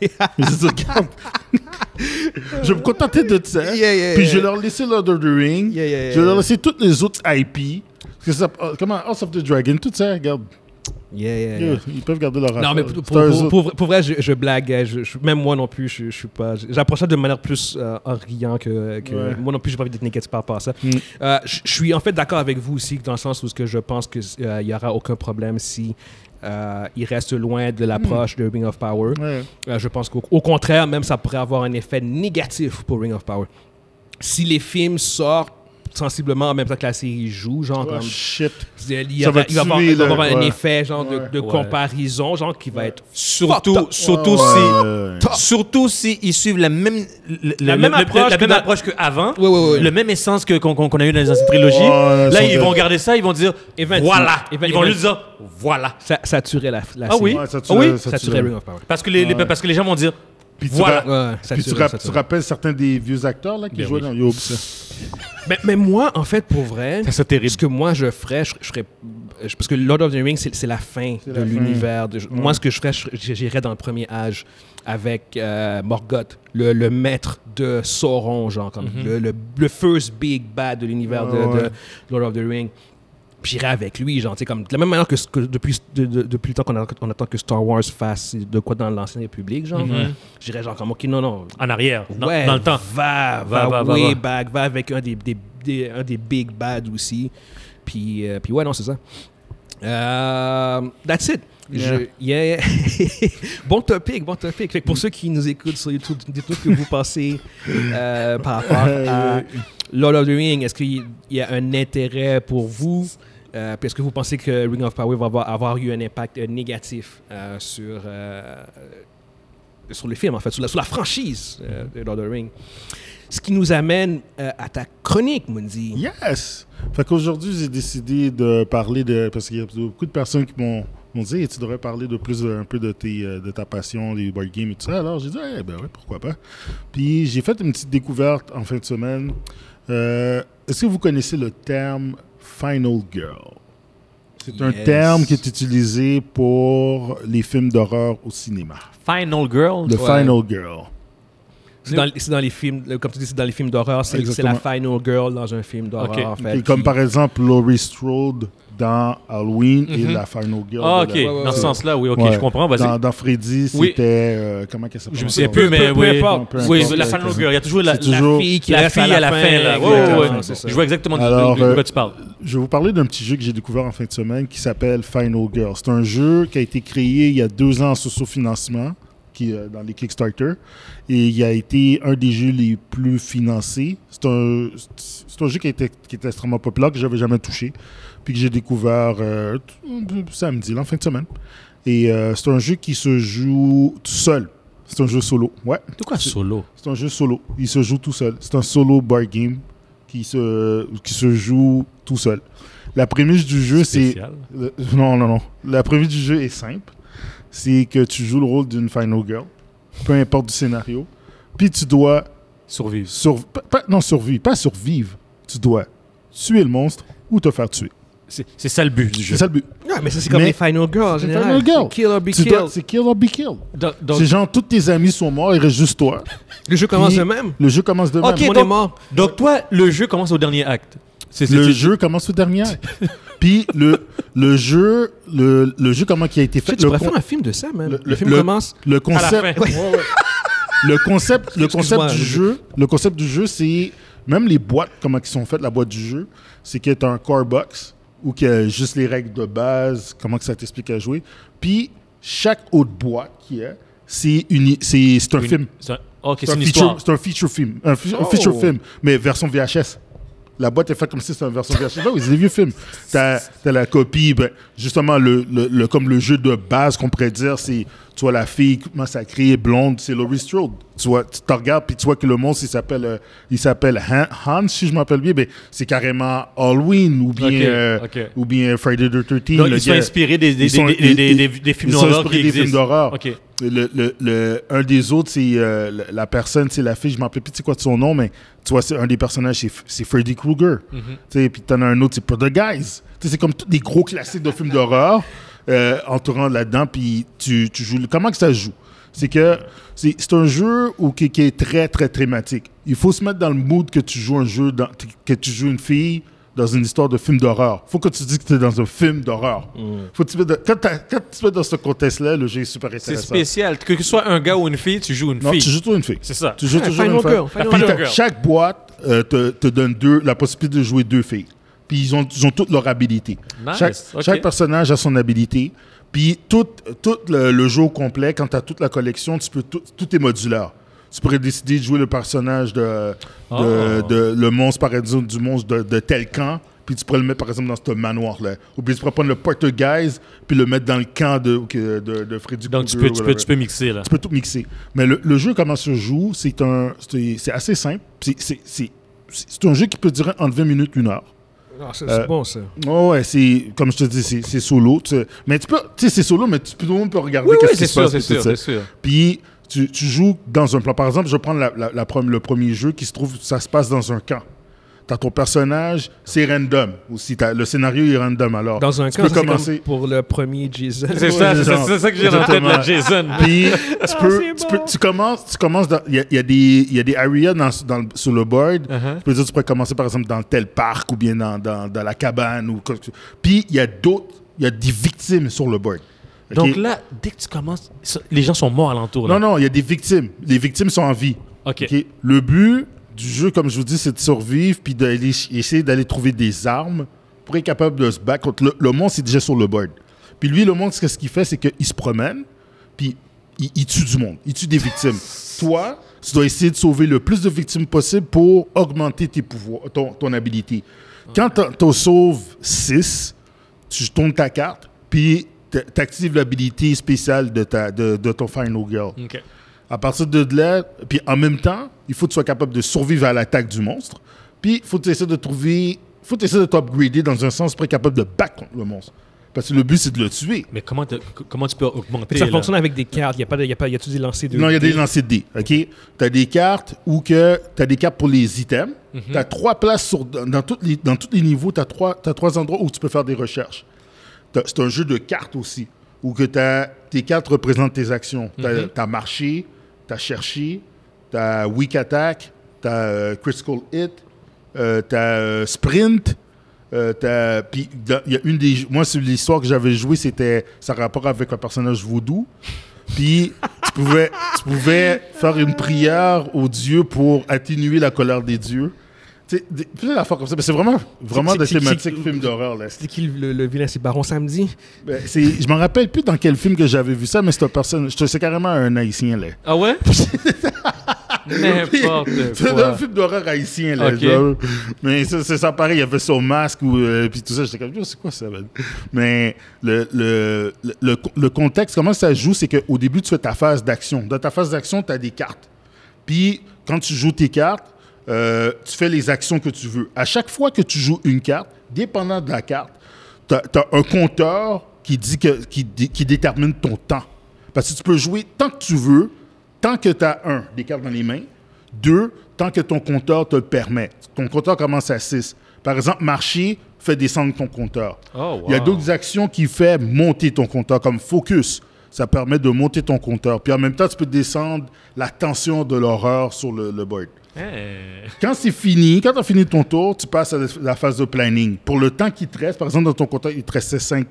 Je vais me contenter de ça. Puis je vais leur laisser Lord of the Ring. Je vais leur laisser toutes les autres IP. Comment House of the Dragon, tout ça, regarde. Ils peuvent garder leur affaire. Non, mais pour vrai, je blague. Même moi non plus, je suis pas... J'approche ça de manière plus en riant que moi non plus, j'ai pas envie d'être négatif par rapport à ça. Je suis en fait d'accord avec vous aussi, dans le sens où je pense qu'il n'y aura aucun problème si il reste loin de l'approche de Ring of Power. Je pense qu'au contraire, même ça pourrait avoir un effet négatif pour Ring of Power. Si les films sortent sensiblement en même temps que la série joue, genre Oh, comme... shit. Il Ça va va tuer, avoir là, un ouais. effet genre de Ouais. comparaison, genre qui va être Surtout, fucked up. surtout Ouais. surtout si ils suivent la même approche que dans- approche qu'avant, Ouais. le même essence qu'on a eu dans les anciennes trilogies. Ouais, Là, sont ils de- vont regarder ça, ils vont dire voilà. Ils vont lui dire voilà. Ça tuerait la Ah oui. série. Ouais, ça Ah oui? Ça tuerait Ring of Power. Parce que les gens vont dire Puis tu voilà. Ouais, ça Puis tu, tuerait, rap- ça tu tuerait. rappelles certains des vieux acteurs là, qui Ben jouaient oui. dans Yo, ça. Mais moi, en fait, pour vrai, Ça serait terrible. ce que moi je ferais, je ferais... Parce que Lord of the Rings, c'est la fin C'est de la fin. l'univers. Moi, ce que je ferais, j'irais dans le premier âge avec Morgoth, le maître de Sauron, genre, comme le first big bad de l'univers Ouais. de Lord of the Rings. Puis j'irais avec lui, genre, tu sais, comme de la même manière que depuis le temps qu'on attend que Star Wars fasse de quoi dans l'Ancienne République, genre, j'irais genre comme, ok, non, En arrière, ouais, dans le temps. Va way back, va avec un des big bad aussi. Puis ouais, non, c'est ça. That's it. Yeah. Bon topic. Fait que pour ceux qui nous écoutent sur YouTube, dites-nous ce que vous pensez par rapport à Lord of the Rings. Est-ce qu'il y a un intérêt pour vous? Puis est-ce que vous pensez que Ring of Power va avoir eu un impact négatif sur le film, en fait, sur la franchise de Lord of the Rings? Ce qui nous amène à ta chronique, Mundi. Yes! Fait qu'aujourd'hui, j'ai décidé de parler de... Parce qu'il y a beaucoup de personnes qui m'ont dit hey, tu devrais parler un peu de ta passion, des board games et tout ça. Alors, j'ai dit ben ouais, pourquoi pas. Puis, j'ai fait une petite découverte en fin de semaine. Est-ce que vous connaissez le terme Final Girl? C'est un terme qui est utilisé pour les films d'horreur au cinéma. Final Girl. Le Ouais. Final Girl. C'est dans les films, comme tu dis, c'est dans les films d'horreur. C'est la Exactement. final girl dans un film d'horreur, Ok. en fait. Et comme par exemple Laurie Strode dans Halloween et la Final Girl. Ah, de ok. la- Dans ce sens-là, oui, ok, Ouais. je comprends. Vas-y. Dans Freddy, Oui. c'était... comment qu'elle s'appelle? Je me souviens encore? plus, mais peu oui. importe. Peu Oui, importe. la Final Girl. Il y a toujours C'est toujours- La fille qui la reste fille à la fin, là. exactement, Ouais. c'est ça. Je vois exactement Alors, de quoi tu parles. Je vais vous parler d'un petit jeu que j'ai découvert en fin de semaine qui s'appelle Final Girl. C'est un jeu qui a été créé il y a 2 ans en socio-financement dans les Kickstarter. Et il a été un des jeux les plus financés. C'est un jeu qui était extrêmement populaire, que je n'avais jamais touché. Puis que j'ai découvert samedi, là, en fin de semaine. Et c'est un jeu qui se joue tout seul. C'est un jeu solo. Ouais. De quoi solo? C'est un jeu solo. Il se joue tout seul. C'est un solo board game qui se joue tout seul. La prémisse du jeu, c'est... Spécial. Non. La prémisse du jeu est simple. C'est que tu joues le rôle d'une Final Girl, peu importe du scénario. Puis tu dois... Survivre. Pas survivre. Tu dois tuer le monstre ou te faire tuer. C'est ça le but du jeu. C'est ça le but. Ouais, mais ça, c'est comme Mais- les Final Girls, en C'est général. Final Girl. Kill or be Tu killed. dois- C'est kill or be killed. Donc, C'est genre, tous tes amis sont morts, il reste juste toi. Le jeu commence Puis, de même. Le jeu commence de même. Ok, Tout le monde donc- est mort. donc toi, le jeu commence au dernier acte. Le jeu commence au dernier acte. Puis le jeu, comment qui a été fait. Tu pourrais faire un film de ça, man. Le film commence... Le à la concept, fin. le concept Excuse-moi, le concept du jeu, c'est même les boîtes, comment ils sont faites, la boîte du jeu, c'est que tu as un core box où il y a juste les règles de base, comment que ça t'explique à jouer. Puis chaque autre boîte qu'il y a, c'est un film. Ok, C'est c'est un une feature, histoire. c'est un feature film. Un feature film, mais version VHS. La boîte est faite comme si c'était une version VHS. Oui, c'est des vieux films. T'as la copie, justement, comme le jeu de base qu'on pourrait dire, c'est, tu vois, la fille, comment ça crée, blonde, c'est Laurie Strode. Tu vois, tu te regardes, puis tu vois que le monstre, il s'appelle Hans, si je m'appelle bien, c'est carrément Halloween, ou bien Friday the 13th. Donc, ils sont inspirés des films Ils sont d'horreur qui inspirés des films existent. d'horreur. Ok. Un des autres, c'est la personne, c'est la fille, je ne me rappelle plus c'est quoi de son nom, mais tu vois, c'est un des personnages, c'est Freddy Krueger. Puis tu en as un autre, c'est Poltergeist. C'est comme tous des gros classiques de films d'horreur entourant là-dedans, puis tu joues. Comment que ça se joue? C'est que c'est un jeu qui est très, très thématique. Il faut se mettre dans le mood que tu joues un jeu, que tu joues une fille dans une histoire de film d'horreur. Faut que tu dises que tu es dans un film d'horreur. Quand tu te mets dans ce contexte-là, le jeu est super C'est intéressant. spécial. Que ce soit un gars ou une fille, tu joues une Non, fille. tu joues toujours une fille. C'est ça. Tu joues toujours Final une fille. Girl, Final Puis Girl. chaque boîte te donne la possibilité de jouer 2 filles. Puis ils ont toutes leurs habilités. Nice. Ok. Chaque personnage a son habilité. Puis tout le jeu au complet, quand tu as toute la collection, tout est modulaire. Tu pourrais décider de jouer le personnage le monstre, par exemple, du monstre de tel camp, puis tu pourrais le mettre, par exemple, dans ce manoir-là. Ou bien tu pourrais prendre le poltergeist, puis le mettre dans le camp de Freddy Krueger. Donc, tu peux mixer, là. Tu peux tout mixer. Mais le jeu, comment se joue, c'est assez simple. C'est un jeu qui peut durer entre 20 minutes, 1 heure. Ah, c'est bon, ça. Ouais, comme je te dis, c'est solo. Mais tu sais, c'est solo, mais tout le monde peut regarder Oui, qui se passe. c'est sûr. Puis, tu joues dans un plan. Par exemple, je vais prendre le premier jeu qui se trouve, ça se passe dans un camp. T'as ton personnage, c'est random aussi. Le scénario est random. Alors, dans un camp, c'est comme pour le premier Jason. C'est ça que j'ai dans la tête, le Jason. Puis, tu commences il y a des areas sur le board. Tu peux dire, tu pourrais commencer, par exemple, dans tel parc ou bien dans la cabane. Puis, il y a des victimes sur le board. Okay? Donc là, dès que tu commences, les gens sont morts alentour. Là. Non, il y a des victimes. Les victimes sont en vie. OK. Le but du jeu, comme je vous dis, c'est de survivre puis essayer d'aller trouver des armes pour être capable de se battre contre le monstre. C'est déjà sur le board. Puis lui, le monstre, ce qu'il fait, c'est qu'il se promène puis il tue du monde. Il tue des victimes. Toi, tu dois essayer de sauver le plus de victimes possible pour augmenter tes pouvoirs, ton habilité. Quand tu sauves 6, tu tournes ta carte puis tu actives l'habilité spéciale de ton Final Girl. OK. À partir de là, puis en même temps, il faut que tu sois capable de survivre à l'attaque du monstre. Puis il faut que tu essaies de t'upgrader dans un sens pour être capable de battre contre le monstre. Parce que le but, c'est de le tuer. Mais comment tu peux augmenter? Ça fonctionne avec des cartes. Y a-tu des lancers de dés? Non, il y a des lancers de dés. OK? Tu as des cartes tu as des cartes pour les items. Tu as 3 places dans tous les niveaux. Tu as 3 endroits où tu peux faire des recherches. C'est un jeu de cartes aussi, où tes cartes représentent tes actions. Tu as marché, tu as cherché, tu as weak attack, tu as critical hit, tu as sprint. Puis il y a moi, c'est l'histoire que j'avais jouée, ça a rapport avec un personnage vaudou. Puis tu pouvais faire une prière aux dieux pour atténuer la colère des dieux. Plusieurs affaires comme ça. C'est vraiment de thématique film d'horreur. C'est qui le vilain? C'est Baron Samedi? Je me rappelle plus dans quel film que j'avais vu ça, mais c'est carrément un haïtien. Là. Ah ouais? N'importe quoi. C'est un film d'horreur haïtien. Là, okay. Mais c'est ça pareil, il y avait son masque puis tout ça. J'étais comme, c'est quoi ça? Man? Mais le contexte, comment ça joue, c'est qu'au début, tu fais ta phase d'action. Dans ta phase d'action, tu as des cartes. Puis, quand tu joues tes cartes, tu fais les actions que tu veux. À chaque fois que tu joues une carte, dépendant de la carte, tu as un compteur qui détermine ton temps. Parce que tu peux jouer tant que tu veux, tant que tu as des cartes dans les mains. 2, tant que ton compteur te le permet. Ton compteur commence à 6. Par exemple, marcher fait descendre ton compteur. Oh, wow. Il y a d'autres actions qui font monter ton compteur, comme focus. Ça permet de monter ton compteur. Puis en même temps, tu peux descendre la tension de l'horreur sur le board. Hey. Quand tu as fini ton tour, tu passes à la phase de planning. Pour le temps qui te reste, par exemple, dans ton compteur, il te restait 5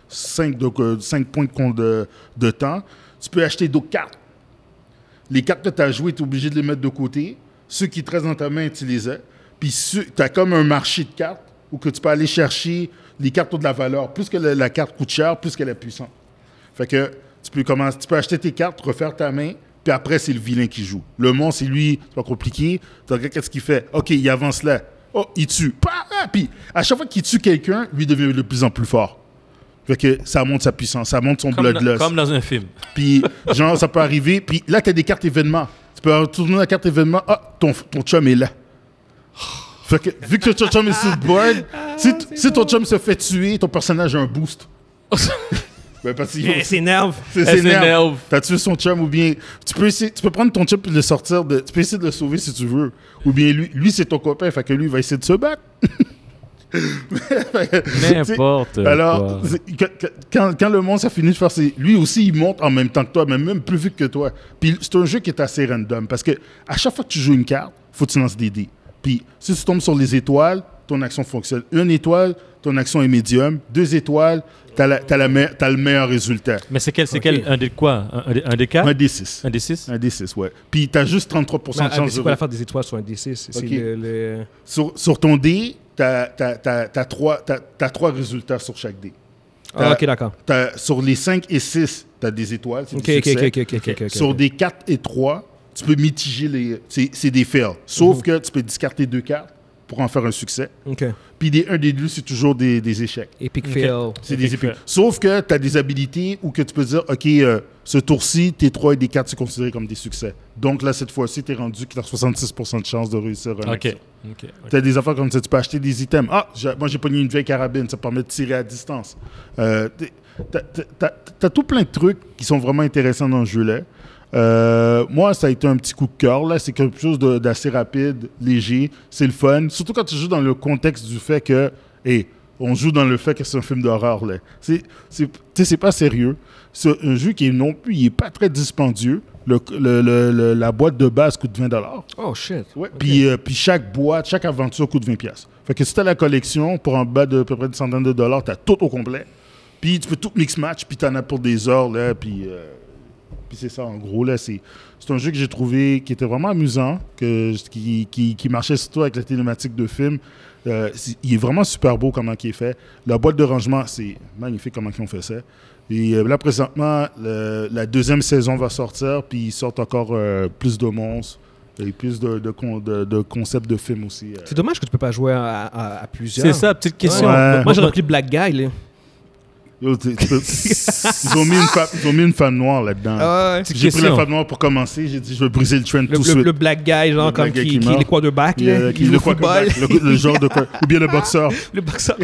points de temps, tu peux acheter d'autres cartes. Les cartes que tu as jouées, tu es obligé de les mettre de côté. Ceux qui te restent dans ta main, tu les as. Puis tu as comme un marché de cartes où que tu peux aller chercher les cartes ont de la valeur. Plus que la carte coûte cher, plus qu'elle est puissante. Fait que tu peux acheter tes cartes, refaire ta main, puis après, c'est le vilain qui joue. Le monstre, c'est lui, c'est pas compliqué. Tu regardes qu'est-ce qu'il fait. OK, il avance là. Oh, il tue. Puis à chaque fois qu'il tue quelqu'un, lui devient de plus en plus fort. Fait que ça monte sa puissance, ça monte son bloodlust. Comme dans un film. Puis, genre, ça peut arriver. Puis là, tu as des cartes événements. Tu peux retourner la carte événement. Ah, ton chum est là. Fait que, vu que ton chum est sur le board, si ton chum se fait tuer, ton personnage a un boost. Ben, parce que s'énerve. s'énerve. T'as tué son chum ou bien... Tu peux prendre ton chum et le sortir tu peux essayer de le sauver si tu veux. Ou bien lui c'est ton copain, fait que lui, il va essayer de se battre. N'importe alors, quand le monstre a fini de faire lui aussi, il monte en même temps que toi, même plus vite que toi. Puis c'est un jeu qui est assez random, parce que à chaque fois que tu joues une carte, il faut que tu lances des dés. Puis si tu tombes sur les étoiles, ton action fonctionne. 1 étoile, ton action est médium. 2 étoiles, t'as le meilleur résultat. Mais c'est quel un dé quoi? Un dé 4? Un D6. Un D6? Un D6, ouais. Puis t'as juste 33% de chance. C'est quoi l'affaire des étoiles sur un D6? Okay. Sur ton dé, t'as 3 résultats sur chaque dé. OK, d'accord. Sur les 5 et 6, t'as des étoiles. OK. Sur des 4 et 3, tu peux mitiger les... C'est des fails. Sauf que tu peux discarter 2 cartes pour en faire un succès. OK. Puis un des deux, c'est toujours des échecs. Epic fail. C'est des épiques. Sauf que tu as des habilités où que tu peux dire, OK, ce tour-ci, tes 3 et des 4, c'est considéré comme des succès. Donc là, cette fois-ci, tu es rendu que tu as 66% de chance de réussir un action. Tu as des affaires comme ça. Tu peux acheter des items. Moi, j'ai pogné une vieille carabine. Ça permet de tirer à distance. T'as tout plein de trucs qui sont vraiment intéressants dans ce jeu-là. Moi, ça a été un petit coup de cœur. Là. C'est quelque chose d'assez rapide, léger. C'est le fun. Surtout quand tu joues dans le contexte du fait que... on joue dans le fait que c'est un film d'horreur. Là. C'est pas sérieux. C'est un jeu qui est non plus... Il est pas très dispendieux. La boîte de base coûte $20. Oh, shit. Ouais. Okay. Puis chaque boîte, chaque aventure coûte $20. Fait que si tu as la collection, pour un bas de à peu près une centaine de dollars, tu as tout au complet. Puis tu peux tout mix-match, puis tu en as pour des heures. Là, puis c'est ça, en gros. Là, c'est un jeu que j'ai trouvé qui était vraiment amusant, qui marchait surtout avec la thématique de film. Il est vraiment super beau comment il est fait. La boîte de rangement, c'est magnifique comment ils ont fait ça. Et là, présentement, la 2e saison va sortir, puis ils sortent encore plus de monstres et plus de concepts de films aussi. C'est dommage que tu peux pas jouer à plusieurs. C'est ça, petite question. Ouais. Moi, j'aurais pris Black Guy, là. Ils ont mis une femme noire là-dedans. J'ai pris la femme noire pour commencer. J'ai dit, je vais briser le trend tout de suite. Le black guy, genre, comme qui est le quarterback, là, qui joue au football. Le genre de quoi. Ou bien le boxeur. Le boxeur.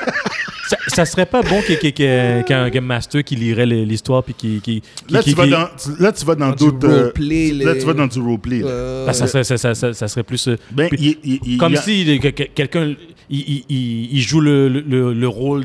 Ça serait pas bon qu'il y ait un Game Master qui lirait l'histoire puis qui... Là, tu vas dans d'autres... Là, tu vas dans du roleplay. Ça serait plus... comme si quelqu'un... Il joue le rôle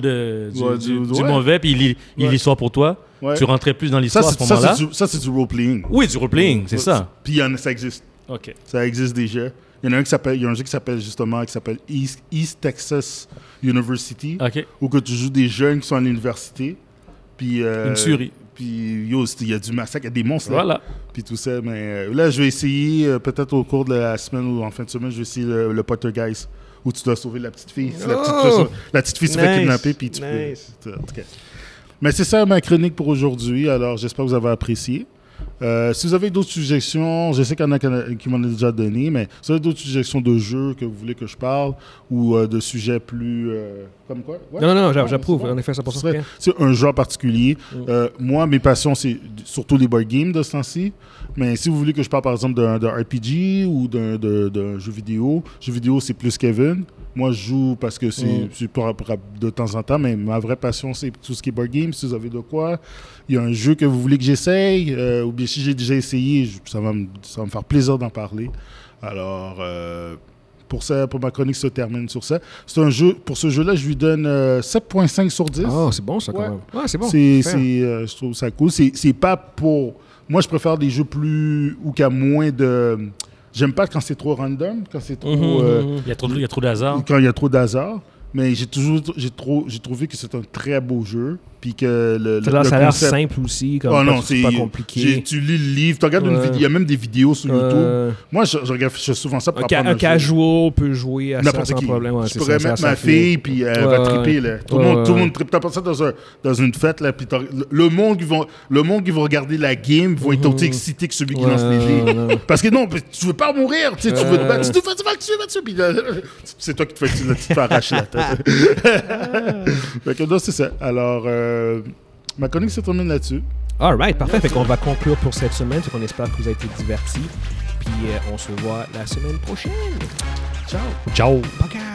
du mauvais, puis il lit l'histoire pour toi. Ouais. Tu rentrais plus dans l'histoire à ce moment-là. Ça, c'est du role-playing. Oui, du role-playing, c'est ça. Puis ça existe. OK. Ça existe déjà. Il y en a un jeu qui s'appelle justement East Texas University, où que tu joues des jeunes qui sont à l'université. Puis, une tuerie. Puis, il y a du massacre, il y a des monstres. Voilà. Là. Puis tout ça. Mais là, je vais essayer, peut-être au cours de la semaine ou en fin de semaine, je vais essayer le Poltergeist, où tu dois sauver la petite fille. La petite fille se fait kidnapper, puis tu peux... En tout cas. Mais c'est ça ma chronique pour aujourd'hui. Alors, j'espère que vous avez apprécié. Si vous avez d'autres suggestions, je sais qu'il y en a qui m'en ont déjà donné, mais si vous avez d'autres suggestions de jeux que vous voulez que je parle ou de sujets plus... comme quoi? Ouais? Non, j'approuve. En effet, ça pour ça. C'est un genre particulier. Moi, mes passions, c'est surtout les board games de ce temps-ci. Mais si vous voulez que je parle, par exemple, d'un RPG ou d'un jeu vidéo, c'est plus Kevin. Moi, je joue parce que c'est de temps en temps, mais ma vraie passion, c'est tout ce qui est board game. Si vous avez de quoi, il y a un jeu que vous voulez que j'essaye, ou bien si j'ai déjà essayé, ça va me faire plaisir d'en parler. Alors, pour ma chronique se termine sur ça. C'est un jeu, pour ce jeu-là, je lui donne 7.5 sur 10. Oh, c'est bon ça quand même. Ouais, c'est bon. Je trouve ça cool. C'est pas pour... Moi, je préfère des jeux ou qu'il y a moins de... J'aime pas quand c'est trop random, quand c'est trop... Il y a trop d'hasard. Quand il y a trop d'hasard. Mais j'ai trouvé que c'est un très beau jeu. Puis que ça a l'air simple aussi, comme c'est pas compliqué. Tu lis le livre, tu regardes une vidéo, il y a même des vidéos sur YouTube. Moi, je regarde souvent ça pour apprendre un casual peut jouer à ça sans problème. Ouais, je pourrais mettre ma fille, puis elle va triper. Là. Tout le monde tripe. T'as pas ça dans une fête, là, puis le monde qui va regarder la game vont être aussi excités que celui qui lance les dés. Parce que non, tu veux pas mourir, tu veux te battre, tu vas le tuer, puis c'est toi qui te fais arracher la tête. Fait que là, c'est ça. Alors... ma chronique se termine là-dessus. Alright, parfait. Fait qu'on va conclure pour cette semaine. Fait qu'on espère que vous avez été divertis. Puis on se voit la semaine prochaine. Ciao. Ciao. Bye.